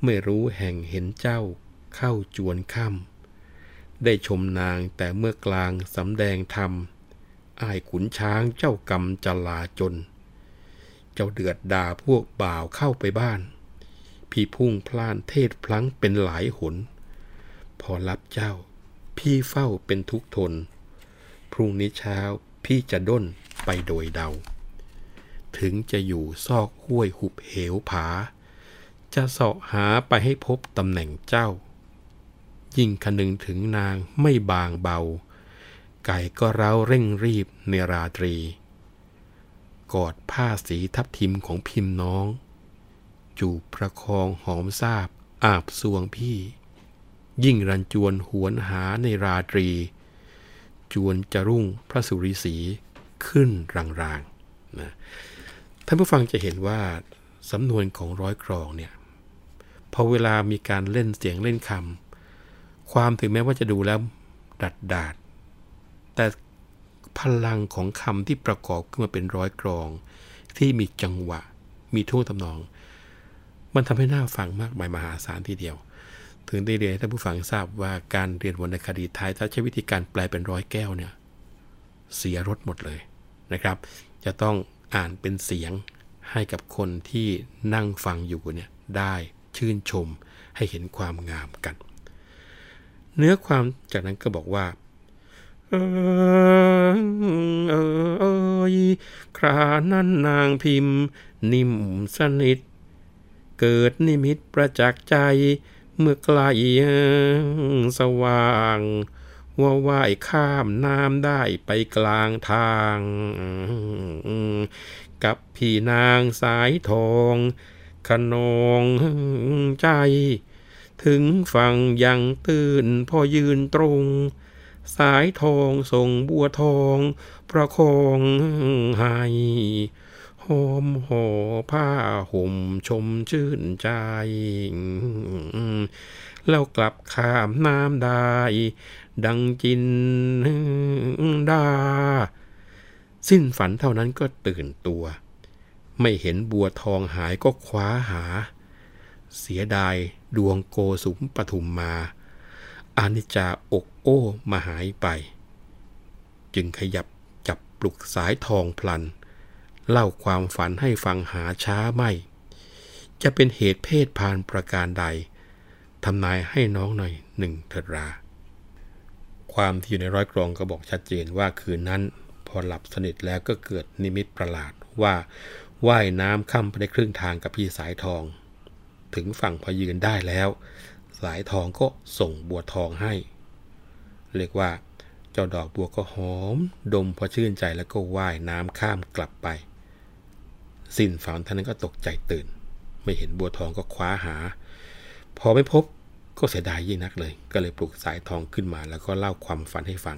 ไม่รู้แห่งเห็นเจ้าเข้าจวนค่ำได้ชมนางแต่เมื่อกลางสำแดงธรรมอ้ายขุนช้างเจ้ากรรมจะลาจนเจ้าเดือดด่าพวกบ่าวเข้าไปบ้านพี่พุ่งพล่านเทศพลั้งเป็นหลายหนพอรับเจ้าพี่เฝ้าเป็นทุกข์ทนพรุ่งนี้เช้าพี่จะด้นไปโดยเดาถึงจะอยู่ซอกห้วยหุบเหวผาจะเสาะหาไปให้พบตำแหน่งเจ้ายิ่งคนึงถึงนางไม่บางเบาไก่ก็เร้าเร่งรีบในราตรีกอดผ้าสีทับทิมของพิมพ์น้องจูบประคองหอมซาบอาบสวงพี่ยิ่งรันจวนหวนหาในราตรีจวนจะรุ่งพระสุริสีขึ้นรางๆนะท่านผู้ฟังจะเห็นว่าสำนวนของร้อยกรองเนี่ยพอเวลามีการเล่นเสียงเล่นคำความถึงแม้ว่าจะดูแล้วดาดแต่พลังของคำที่ประกอบขึ้นมาเป็นร้อยกรองที่มีจังหวะมีท่วงทำนองมันทำให้น่าฟังมากมายมหาศาลทีเดียวถึงได้เรียนให้ท่านผู้ฟังทราบว่าการเรียนวรรณคดีไทยถ้าใช้วิธีการแปลเป็นร้อยแก้วเนี่ยเสียรสหมดเลยนะครับจะต้องอ่านเป็นเสียงให้กับคนที่นั่งฟังอยู่เนี่ยได้ชื่นชมให้เห็นความงามกันเนื้อความจากนั้นก็บอกว่าครานั้นนางพิมพ์นิ่มสนิทเกิดนิมิตประจักษ์ใจเมื่อไกลสว่างว่าว่ายข้ามน้ำได้ไปกลางทางกับพี่นางสายทองขนองใจถึงฝั่งยังตื่นพอยืนตรงสายทองส่งบัวทองประคองให้หอมห่อผ้าห่มชมชื่นใจแล้วกลับข้ามน้ำได้ดังจินดาสิ้นฝันเท่านั้นก็ตื่นตัวไม่เห็นบัวทองหายก็คว้าหาเสียดายดวงโกสุมปทุมมาอานิจจาอกโอ้มาหายไปจึงขยับจับปลุกสายทองพลันเล่าความฝันให้ฟังหาช้าไม่จะเป็นเหตุเพศพานประการใดทำนายให้น้องหน่อยหนึ่งเถิดราความที่อยู่ในร้อยกรองก็บอกชัดเจนว่าคืนนั้นพอหลับสนิทแล้วก็เกิดนิมิตประหลาดว่าว่ายน้ำข้ามไปได้ครึ่งทางกับพี่สายทองถึงฝั่งพอยืนได้แล้วสายทองก็ส่งบัวทองให้เรียกว่าเจ้าดอกบัวก็หอมดมพอชื่นใจแล้วก็ว่ายน้ำข้ามกลับไปสิ้นฝันท่านนั้นก็ตกใจตื่นไม่เห็นบัวทองก็คว้าหาพอไม่พบก็เสียดายยิ่งนักเลยก็เลยปลุกสายทองขึ้นมาแล้วก็เล่าความฝันให้ฟัง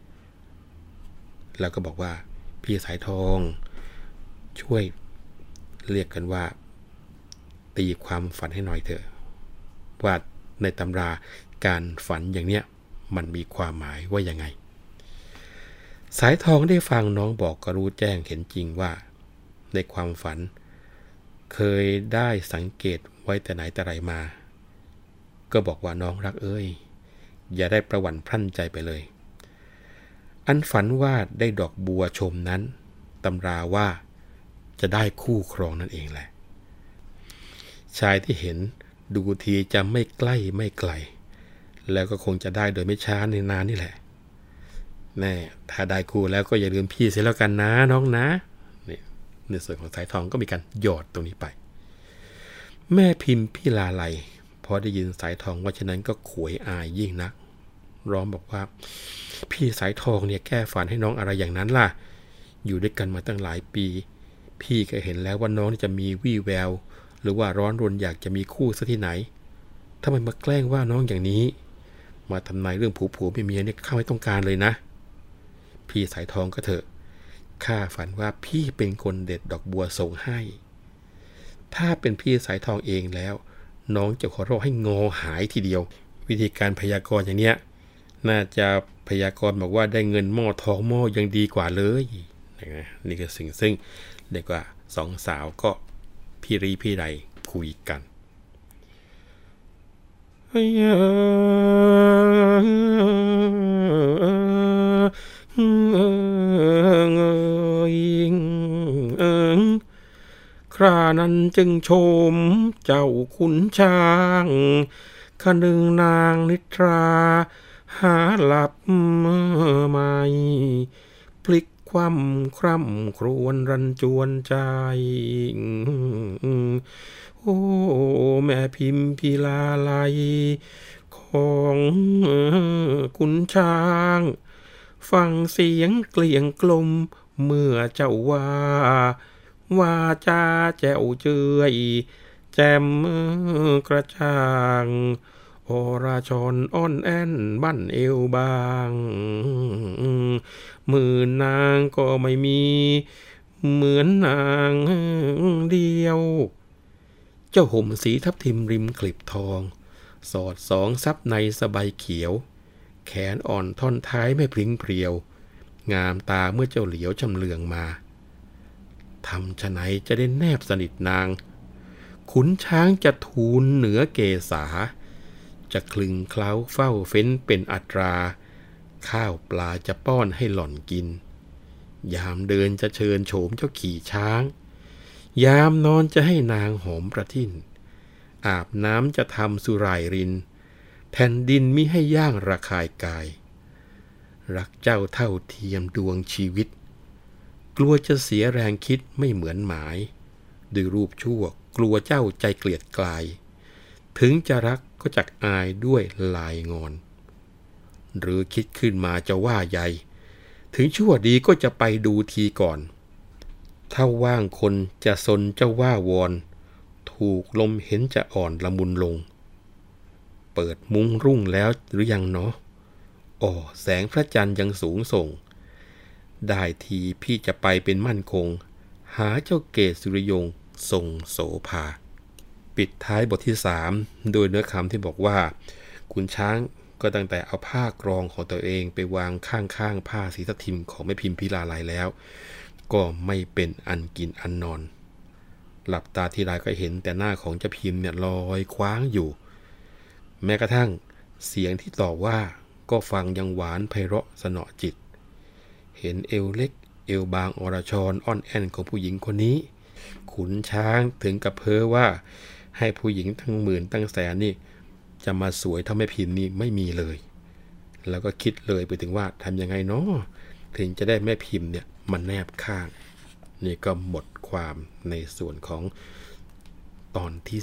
แล้วก็บอกว่าพี่สายทองช่วยเรียกกันว่าตีความฝันให้หน่อยเถอะว่าในตำราการฝันอย่างเนี้ยมันมีความหมายว่ายังไงสายทองได้ฟังน้องบอกก็รู้แจ้งเห็นจริงว่าในความฝันเคยได้สังเกตไว้แต่ไหนแต่ไรมาก็บอกว่าน้องรักเอ้ยอย่าได้ประหวั่นพรั่นใจไปเลยอันฝันว่าได้ดอกบัวชมนั้นตำราว่าจะได้คู่ครองนั่นเองแหละชายที่เห็นดูทีจะไม่ใกล้ไม่ไกลแล้วก็คงจะได้โดยไม่ช้าในนานนี่แหละแน่ถ้าได้คู่แล้วก็อย่าลืมพี่เสียแล้วกันนะน้องนะนี่ในส่วนของสายทองก็มีการหยอดตรงนี้ไปแม่พิมพ์พี่ลาไลพอได้ยินสายทองว่าฉะนั้นก็ขวยอายยิ่งนักร้องบอกว่าพี่สายทองเนี่ยแก้ฝันให้น้องอะไรอย่างนั้นล่ะอยู่ด้วยกันมาตั้งหลายปีพี่ก็เห็นแล้วว่าน้องจะมีวี่แววหรือว่าร้อนรนอยากจะมีคู่ซะที่ไหนทำไมมาแกล้งว่าน้องอย่างนี้มาทำนายเรื่องผัวเมียเนี่ยข้าไม่ต้องการเลยนะพี่สายทองก็เถอะข้าฝันว่าพี่เป็นคนเด็ดดอกบัวส่งให้ถ้าเป็นพี่สายทองเองแล้วน้องจะขอร้องให้งอหายทีเดียววิธีการพยากรณ์อย่างเนี้ยน่าจะพยากรณ์บอกว่าได้เงินหม้อทองหม้อยังดีกว่าเลยนี่คือสิ่งซึ่งเรียกว่าสองสาวก็พี่รีพี่ไรคุยกันครานั้นจึงชมเจ้าขุนช้างคนึงนางนิทราหาหลับไม่พลิกคว่ำคร่ำครวญรันจวนใจโอ้แม่พิมพิลาไลของขุนช้างฟังเสียงเกลี่ยงกลมเมื่อเจ้าว่าจาแจ๋วเจือยแจ่มกระจ่างอราชรอ่อนแอนบั้นเอวบางมือนางก็ไม่มีเหมือนนางเดียวเจ้าห่มสีทับทิมริมคลิบทองสอดสองซับในสบายเขียวแขนอ่อนท่อนท้ายไม่พลิ้งเพรียวงามตาเมื่อเจ้าเหลียวชำเลืองมาทำฉะไหนจะได้แนบสนิทนางขุนช้างจะทูลเหนือเกษาจะคลึงเคล้าเฝ้าเฟ้นเป็นอัตราข้าวปลาจะป้อนให้หล่อนกินยามเดินจะเชิญโฉมเจ้าขี่ช้างยามนอนจะให้นางหอมประทิ่นอาบน้ำจะทำสุรายรินแผ่นดินมิให้ย่างระคายกายรักเจ้าเท่าเทียมดวงชีวิตกลัวจะเสียแรงคิดไม่เหมือนหมายด้วยรูปชั่วกลัวเจ้าใจเกลียดกลายถึงจะรักก็จักอายด้วยลายงอนหรือคิดขึ้นมาจะว่าใหญ่ถึงชั่วดีก็จะไปดูทีก่อนถ้าว่างคนจะสนเจ้าว่าวอนถูกลมเห็นจะอ่อนละมุนลงเปิดมุ้งรุ่งแล้วหรือยังเนาะแสงพระจันทร์ยังสูงส่งได้ทีพี่จะไปเป็นมั่นคงหาเจ้าเกศสุริยงทรงโสภาปิดท้ายบทที่3โดยเนื้อคำที่บอกว่าขุนช้างก็ตั้งแต่เอาผ้ากรองของตัวเองไปวางข้างๆผ้าสีทับทิมของแม่พิมพิลาไลแล้วก็ไม่เป็นอันกินอันนอนหลับตาทีไรก็เห็นแต่หน้าของเจ้าพิมเนี่ยลอยคว้างอยู่แม้กระทั่งเสียงที่ตอบว่าก็ฟังยังหวานไพเราะสนอจิตเห็นเอวเล็กเอวบางอรชรอ่อนแอนของผู้หญิงคนนี้ขุนช้างถึงกับเพ้อว่าให้ผู้หญิงทั้งหมื่นตั้งแสนนี่จะมาสวยเท่าแม่พิมพ์นี่ไม่มีเลยแล้วก็คิดเลยไปถึงว่าทำยังไงเนาะถึงจะได้แม่พิมพ์เนี่ยมาแนบข้างนี่ก็หมดความในส่วนของตอนที่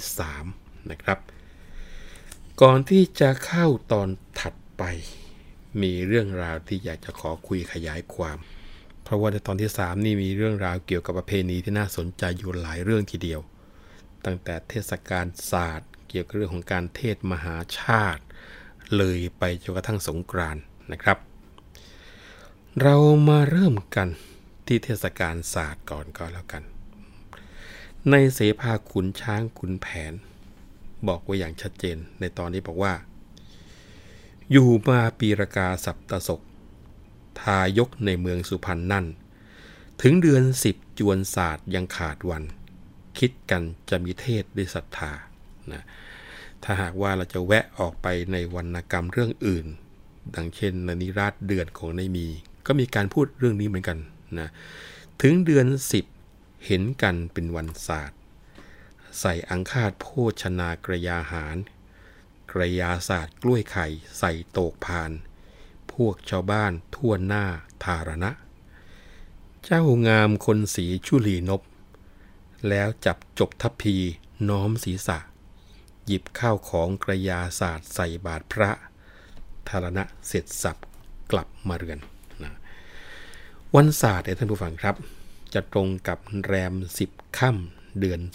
3นะครับก่อนที่จะเข้าตอนถัดไปมีเรื่องราวที่อยากจะขอคุยขยายความเพราะว่าในตอนที่3นี่มีเรื่องราวเกี่ยวกับประเพณีที่น่าสนใจอยู่หลายเรื่องทีเดียวตั้งแต่เทศกาลศาสตร์เกี่ยวกับเรื่องของการเทศมหาชาติเลยไปจนกระทั่งสงกรานต์นะครับเรามาเริ่มกันที่เทศกาลศาสตร์ก่อนก็แล้วกันในเสภาขุนช้างขุนแผนบอกไว้อย่างชัดเจนในตอนนี้บอกว่าอยู่มาปีรกาสัปตศกทายกในเมืองสุพรรณนั่นถึงเดือน10จวนศาสตร์ยังขาดวันคิดกันจะมีเทศด้วยศรัทธานะถ้าหากว่าเราจะแวะออกไปในวรรณกรรมเรื่องอื่นดังเช่นนิราศเดือนของนายมีก็มีการพูดเรื่องนี้เหมือนกันนะถึงเดือน10เห็นกันเป็นวันศาสตร์ใส่อังคาดโภชนากระยาหารกระยาศาสตร์กล้วยไข่ใส่โตกพานพวกชาวบ้านทั่วหน้าธารณะเจ้างามคนสีชุลีนพแล้วจับจบทัพพีน้อมศีรษะหยิบข้าวของกระยาศาสตร์ใส่บาตรพระธารณะเสร็จสับกลับมาเรือนนะวันศาสตร์ท่านผู้ฟังครับจะตรงกับแรม10ค่ำเดือน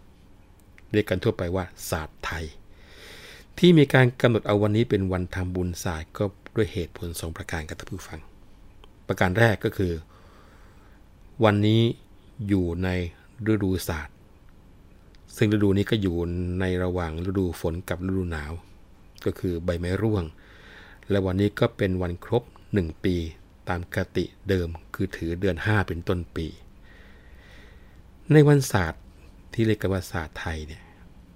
10เรียกกันทั่วไปว่าศาสตร์ไทยที่มีการกำหนดเอาวันนี้เป็นวันทำบุญศาสตร์ก็ด้วยเหตุผล2ประการกับท่านผู้ฟังประการแรกก็คือวันนี้อยู่ในฤดูศาสตร์ซึ่งฤดูนี้ก็อยู่ในระหว่างฤดูฝนกับฤดูหนาวก็คือใบไม้ร่วงและวันนี้ก็เป็นวันครบ1ปีตามกติเดิมคือถือเดือน5เป็นต้นปีในวันศาสตร์ที่เรียกกันว่าศาสตร์ไทยเนี่ย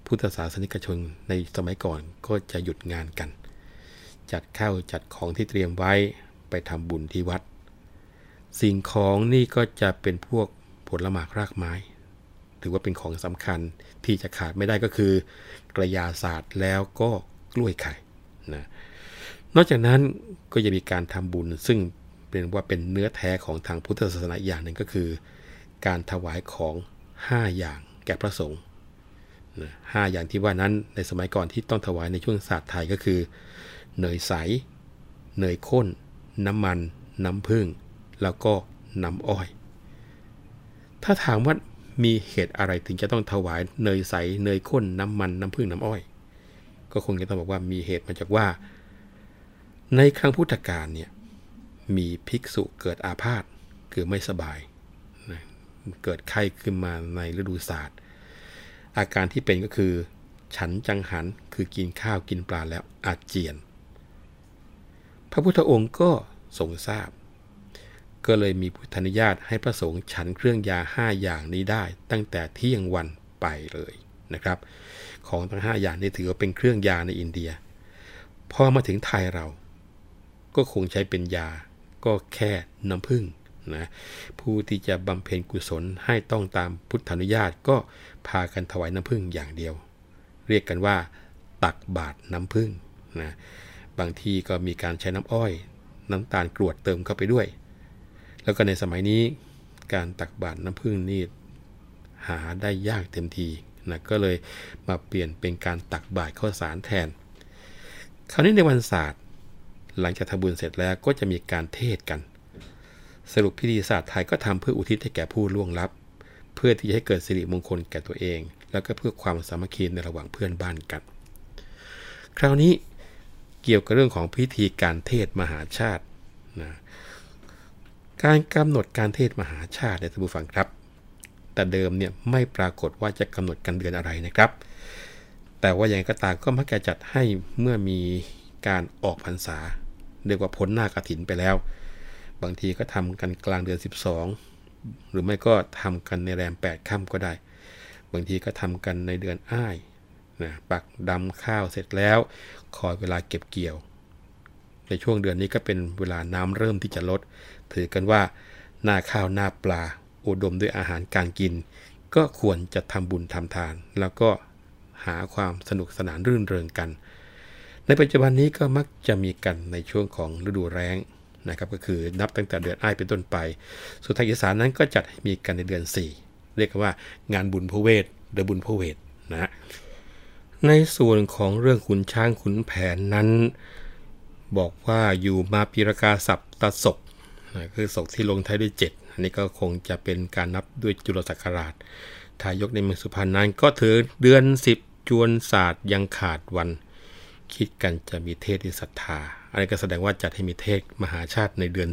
พุทธศาสนิกชนในสมัยก่อนก็จะหยุดงานกันจัดข้าวจัดของที่เตรียมไว้ไปทำบุญที่วัดสิ่งของนี่ก็จะเป็นพวกผลหมากรากไม้ถือว่าเป็นของสำคัญที่จะขาดไม่ได้ก็คือกระยาศาสตร์แล้วก็กล้วยไข่นะนอกจากนั้นก็จะมีการทำบุญซึ่งเป็นเนื้อแท้ของทางพุทธศาสนาอย่างหนึ่งก็คือการถวายของ5อย่างแก่พระสงฆ์นะ5อย่างที่ว่านั้นในสมัยก่อนที่ต้องถวายในช่วงศาสตร์ไทยก็คือเนยใสเนยข้นน้ำมันน้ำผึ้งแล้วก็น้ำอ้อยถ้าถามว่ามีเหตุอะไรถึงจะต้องถวายเนยใสเนยข้นน้ำมันน้ำผึ้งน้ำอ้อยก็คงจะต้องบอกว่ามีเหตุมาจากว่าในครั้งพุทธกาลเนี่ยมีภิกษุเกิดอาพาธคือไม่สบายนะเกิดไข้ขึ้นมาในฤดูศาสตร์อาการที่เป็นก็คือฉันจังหันคือกินข้าวกินปลาแล้วอาเจียนพระพุทธองค์ก็ทรงทราบก็เลยมีพุทธานุญาตให้พระสงฆ์ฉันเครื่องยา5อย่างนี้ได้ตั้งแต่เที่ยงวันไปเลยนะครับของทั้ง5อย่างนี้ถือว่าเป็นเครื่องยาในอินเดียพอมาถึงไทยเราก็คงใช้เป็นยาก็แค่น้ำผึ้งนะผู้ที่จะบำเพ็ญกุศลให้ต้องตามพุทธานุญาตก็พากันถวายน้ำผึ้งอย่างเดียวเรียกกันว่าตักบาตรน้ำผึ้งนะบางทีก็มีการใช้น้ำอ้อยน้ำตาลกรวดเติมเข้าไปด้วยแล้วก็ในสมัยนี้การตักบาตรน้ำผึ้งนี่หาได้ยากเต็มทีนะก็เลยมาเปลี่ยนเป็นการตักบาตรข้าวสารแทนคราวนี้ในวันศาสตร์หลังจากทำบุญเสร็จแล้วก็จะมีการเทศกันสรุปพิธีศาสตร์ไทยก็ทำเพื่ออุทิศให้แก่ผู้ล่วงลับเพื่อที่จะให้เกิดสิริมงคลแก่ตัวเองแล้วก็เพื่อความสามัคคีในระหว่างเพื่อนบ้านกันคราวนี้เกี่ยวกับเรื่องของพิธีการเทศมหาชาตินะการกำหนดการเทศมหาชาติเนี่ยท่านผู้ฟังครับแต่เดิมเนี่ยไม่ปรากฏว่าจะกำหนดกันเดือนอะไรนะครับแต่ว่าอย่างไรก็ตามก็มักจะจัดให้เมื่อมีการออกพรรษาเรียกว่าพ้นหน้ากฐินไปแล้วบางทีก็ทำกันกลางเดือน12หรือไม่ก็ทำกันในแรม8ค่ำก็ได้บางทีก็ทำกันในเดือนอ้ายนะปักดำข้าวเสร็จแล้วคอยเวลาเก็บเกี่ยวในช่วงเดือนนี้ก็เป็นเวลาน้ำเริ่มที่จะลดถือกันว่าหน้าข้าวหน้าปลาอุดมด้วยอาหารการกินก็ควรจะทำบุญทำทานแล้วก็หาความสนุกสนานรื่นเริงกันในปัจจุบันนี้ก็มักจะมีกันในช่วงของฤดูแล้งนะครับก็คือนับตั้งแต่เดือนอ้ายเป็นต้นไปส่วนทางอีสานนั้นก็จัดให้มีกันในเดือน4เรียกว่างานบุญพระเวทหรือบุญพระเวทนะในส่วนของเรื่องขุนช้างขุนแผนนั้นบอกว่าอยู่มาปีรากาศัพท์ตศกคือศกที่ลงท้ายด้วย7อันนี้ก็คงจะเป็นการนับด้วยจุลศักราชทายกในเมืองสุพรรณนั้นก็ถือเดือน10จวนศาสตร์ยังขาดวันคิดกันจะมีเทศที่ศรัทธาอันนี้ก็แสดงว่าจัดให้มีเทศมหาชาติในเดือน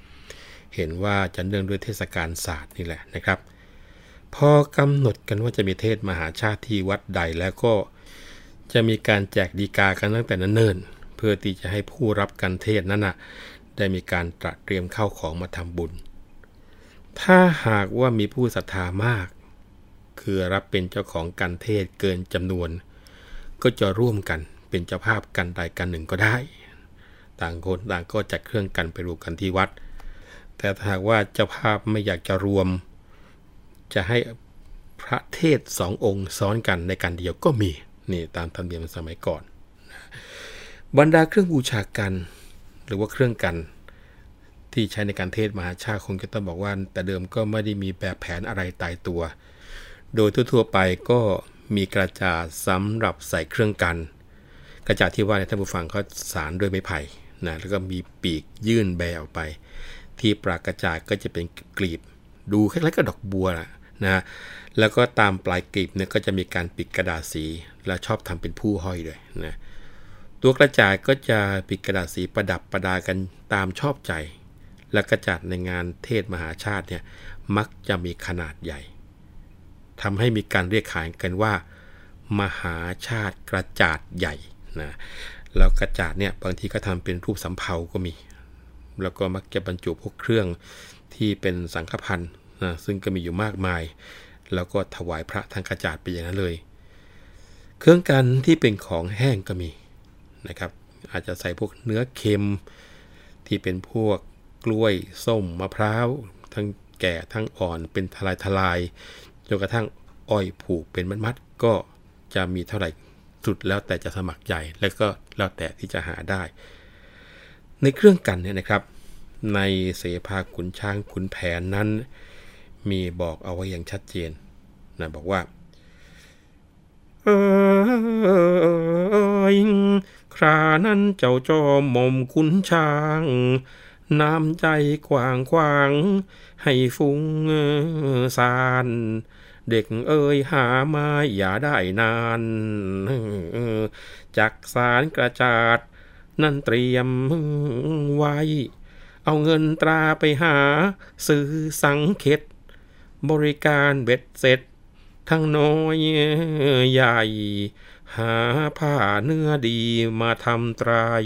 10เห็นว่าจะเนื่องด้วยเทศกาลศาสตร์นี่แหละนะครับพอกำหนดกันว่าจะมีเทศมหาชาติที่วัดใดแล้วก็จะมีการแจกฎีกากันตั้งแต่เนิ่นๆเพื่อที่จะให้ผู้รับการเทศนั้นได้มีการตระเตรียมเข้าของมาทำบุญถ้าหากว่ามีผู้ศรัทธามากคือรับเป็นเจ้าของการเทศเกินจำนวนก็จะร่วมกันเป็นเจ้าภาพกันใดกันหนึ่งก็ได้ต่างคนต่างก็จัดเครื่องกันไปรวมกันที่วัดแต่ถ้าหากว่าเจ้าภาพไม่อยากจะรวมจะให้พระเทศ2องค์ซ้อนกันในการเดียวก็มีนี่ตามธรรมเนียมสมัยก่อนบรรดาเครื่องบูชากันหรือว่าเครื่องกันที่ใช้ในการเทศมหาชาติคงจะต้องบอกว่าแต่เดิมก็ไม่ได้มีแบบแผนอะไรตายตัวโดยทั่วๆไปก็มีกระจาดสำหรับใส่เครื่องกันกระจาดที่ว่าท่านผู้ฟังเขาสารด้วยไม้ไผ่นะแล้วก็มีปีกยื่นแบออกไปที่ปลายกระจาดก็จะเป็นกลีบดูคล้ายๆกับดอกบัวนะแล้วก็ตามปลายกลีบเนี่ยก็จะมีการปิดกระดาษสีและชอบทำเป็นผู้ห้อยด้วยนะตัวกระจาดก็จะปิดกระดาษสีประดับประดากันตามชอบใจและกระจาดในงานเทศมหาชาติเนี่ยมักจะมีขนาดใหญ่ทำให้มีการเรียกขานกันว่ามหาชาติกระจาดใหญ่นะแล้วกระจาดเนี่ยบางทีก็ทำเป็นรูปสำเภาก็มีแล้วก็มักจะบรรจุพวกเครื่องที่เป็นสังฆพันธ์นะซึ่งก็มีอยู่มากมายแล้วก็ถวายพระทางกระจาดไปอย่างนั้นเลยเครื่องกันที่เป็นของแห้งก็มีนะครับอาจจะใส่พวกเนื้อเค็มที่เป็นพวกกล้วยส้มมะพร้าวทั้งแก่ทั้งอ่อนเป็นทลายจนกระทั่งอ้อยผูกเป็นมัดๆก็จะมีเท่าไหร่สุดแล้วแต่จะสมัครใจและก็แล้วแต่ที่จะหาได้ในเครื่องกันเนี่ยนะครับในเสภาขุนช้างขุนแผนนั้นมีบอกเอาไว้อย่างชัดเจนนะบอกว่าครานั้นเจ้าจอมหม่อมขุนช้างน้ำใจกว้างขวางให้ฟุ้งซานเด็กหามาอย่าได้นานจักสารกระจาดนั่นเตรียมไว้เอาเงินตราไปหาซื้อสังเข็ดบริการเบ็ดเสร็จทั้งน้อยใหญ่หาผ้าเนื้อดีมาทำตราย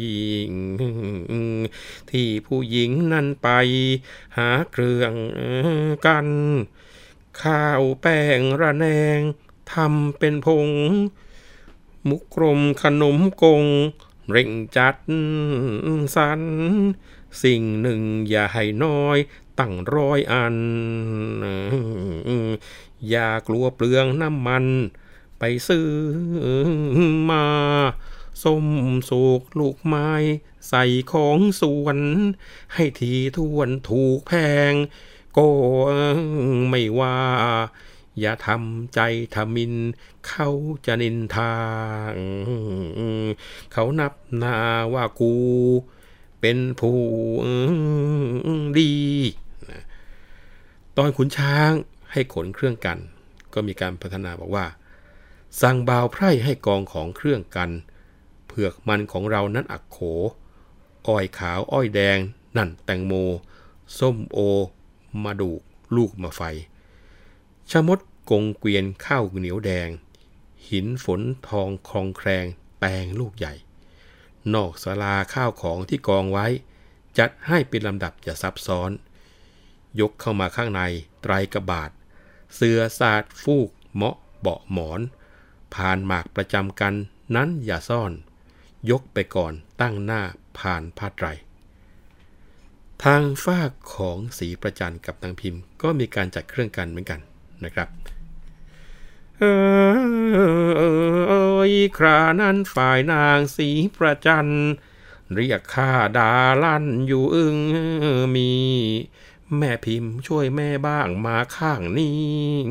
ที่ผู้หญิงนั่นไปหาเครื่องกันข้าวแป้งระแนงทำเป็นผงมุกกลมขนมกงเร่งจัดสรรสิ่งหนึ่งอย่าให้น้อยตั้ง100 อันอย่ากลัวเปลืองน้ำมันไปซื้อมาส้มสุกลูกไม้ใส่ของสวนให้ทีทวนถูกแพงก็ไม่ว่าอย่าทำใจทำมินเขาจะนินทาเขานับหน้าว่ากูเป็นผู้ดีตอนขุนช้างให้ขนเครื่องกันก็มีการพัฒนาบอกว่าสั่งบ่าวไพร่ให้กองของเครื่องกันเผือกมันของเรานั้นอักโขอ้อยขาวอ้อยแดงนั่นแตงโมส้มโอมาดูลูกมาไฟชะมดกงเกวียนข้าวเหนียวแดงหินฝนทองคลองแคลงแตงลูกใหญ่นอกศาลาข้าวของที่กองไว้จัดให้เป็นลำดับอย่าซับซ้อนยกเข้ามาข้างในไตรกบาทเสือสาดฟูกเมาะเบาะหมอนผ่านหมากประจำกันนั้นอย่าซ่อนยกไปก่อนตั้งหน้าผ่านผ้าไตรทางฝากของศรีประจันกับนางพิมพ์ก็มีการจัดเครื่องกันเหมือนกันนะครับครานั้นฝ่ายนางศรีประจันเรียกข้าดาลั่นอยู่มีแม่พิมพ์ช่วยแม่บ้างมาข้างนี้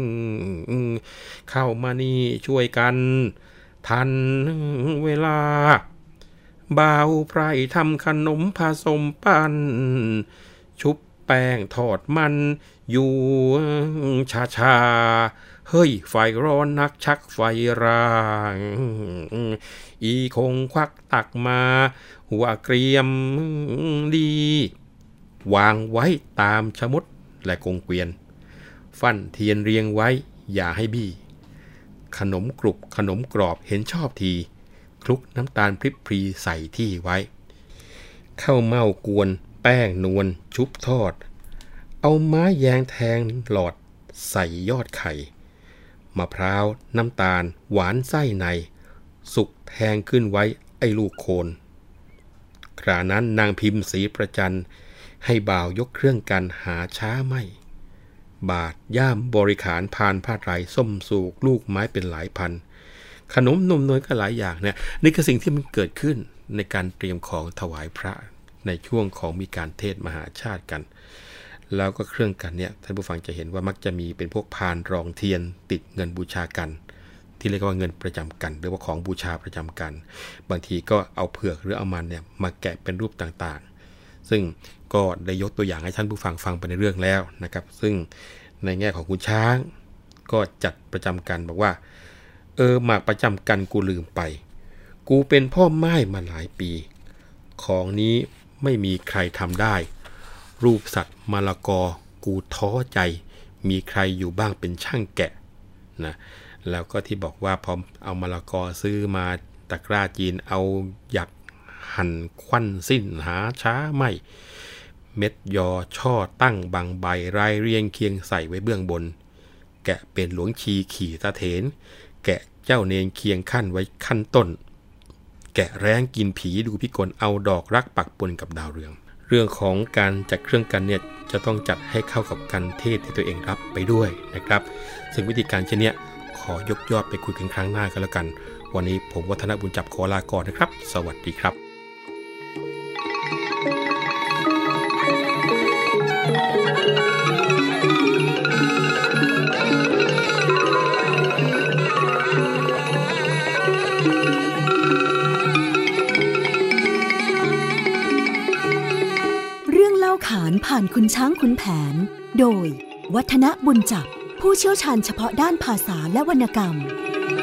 เข้ามานี่ช่วยกันทันเวลาบ่าวไพร่ทำขนมผสมปั้นชุบแป้งทอดมันอยู่ชาเฮ้ยไฟร้อนนักชักไฟร่างอีคงควักตักมาว่าเกรียมดีวางไว้ตามชะมดและกงเกวียนฟั่นเทียนเรียงไว้อย่าให้บี้ขนมกรุบขนมกรอบเห็นชอบทีคลุกน้ำตาลพริบพรีใส่ที่ไว้ข้าวเม่ากวนแป้งนวลชุบทอดเอาไม้แยงแทงหลอดใส่ยอดไข่มะพร้าวน้ำตาลหวานไส้ในสุกแทงขึ้นไว้ไอ้ลูกโคนครานั้นนางพิมพ์ศรีประจันให้บ่าวยกเครื่องกันหาช้าไม่บาทย่ามบริขารพานผ้าไตรส้มสูกลูกไม้เป็นหลายพันขนมนมนวลก็หลายอย่างเนี่ยนี่คือสิ่งที่มันเกิดขึ้นในการเตรียมของถวายพระในช่วงของมีการเทศมหาชาติกันแล้วก็เครื่องกันเนี่ยท่านผู้ฟังจะเห็นว่ามักจะมีเป็นพวกพานรองเทียนติดเงินบูชากันที่เรียกว่าเงินประจำกันหรือว่าของบูชาประจำกันบางทีก็เอาเผือกหรือเอามันเนี่ยมาแกะเป็นรูปต่างๆซึ่งก็ได้ยกตัวอย่างให้ท่านผู้ฟังฟังไปในเรื่องแล้วนะครับซึ่งในแง่ของคุณช้างก็จัดประจำกันบอกว่าหมากประจำกันกูลืมไปกูเป็นพ่อไม้มาหลายปีของนี้ไม่มีใครทำได้รูปสัตว์มะละกอกูท้อใจมีใครอยู่บ้างเป็นช่างแกะนะแล้วก็ที่บอกว่าพอเอามะละกอซื้อมาตะกร้าจีนเอาหยักหั่นควันสิ้นหาช้าไม่เม็ดยอช่อตั้งบางใบรายเรียงเคียงใส่ไว้เบื้องบนแกะเป็นหลวงชีขี่ตะเถนแกะเจ้าเนรเคียงขั้นไว้ขั้นต้นแกะแร้งกินผีดูพิกลเอาดอกรักปักปนกับดาวเรืองเรื่องของการจัดเครื่องกันเนี่ยจะต้องจัดให้เข้ากับการเทศที่ตัวเองรับไปด้วยนะครับซึ่งวิธีการเช่นนี้ขอยกยอดไปคุยกันครั้งหน้ากันแล้วกันวันนี้ผมวัฒนบุญจับขอลาก่อนนะครับสวัสดีครับ
ขานผ่านคุณช้างขุนแผนโดยวัฒนบุญจับผู้เชี่ยวชาญเฉพาะด้านภาษาและวรรณกรรม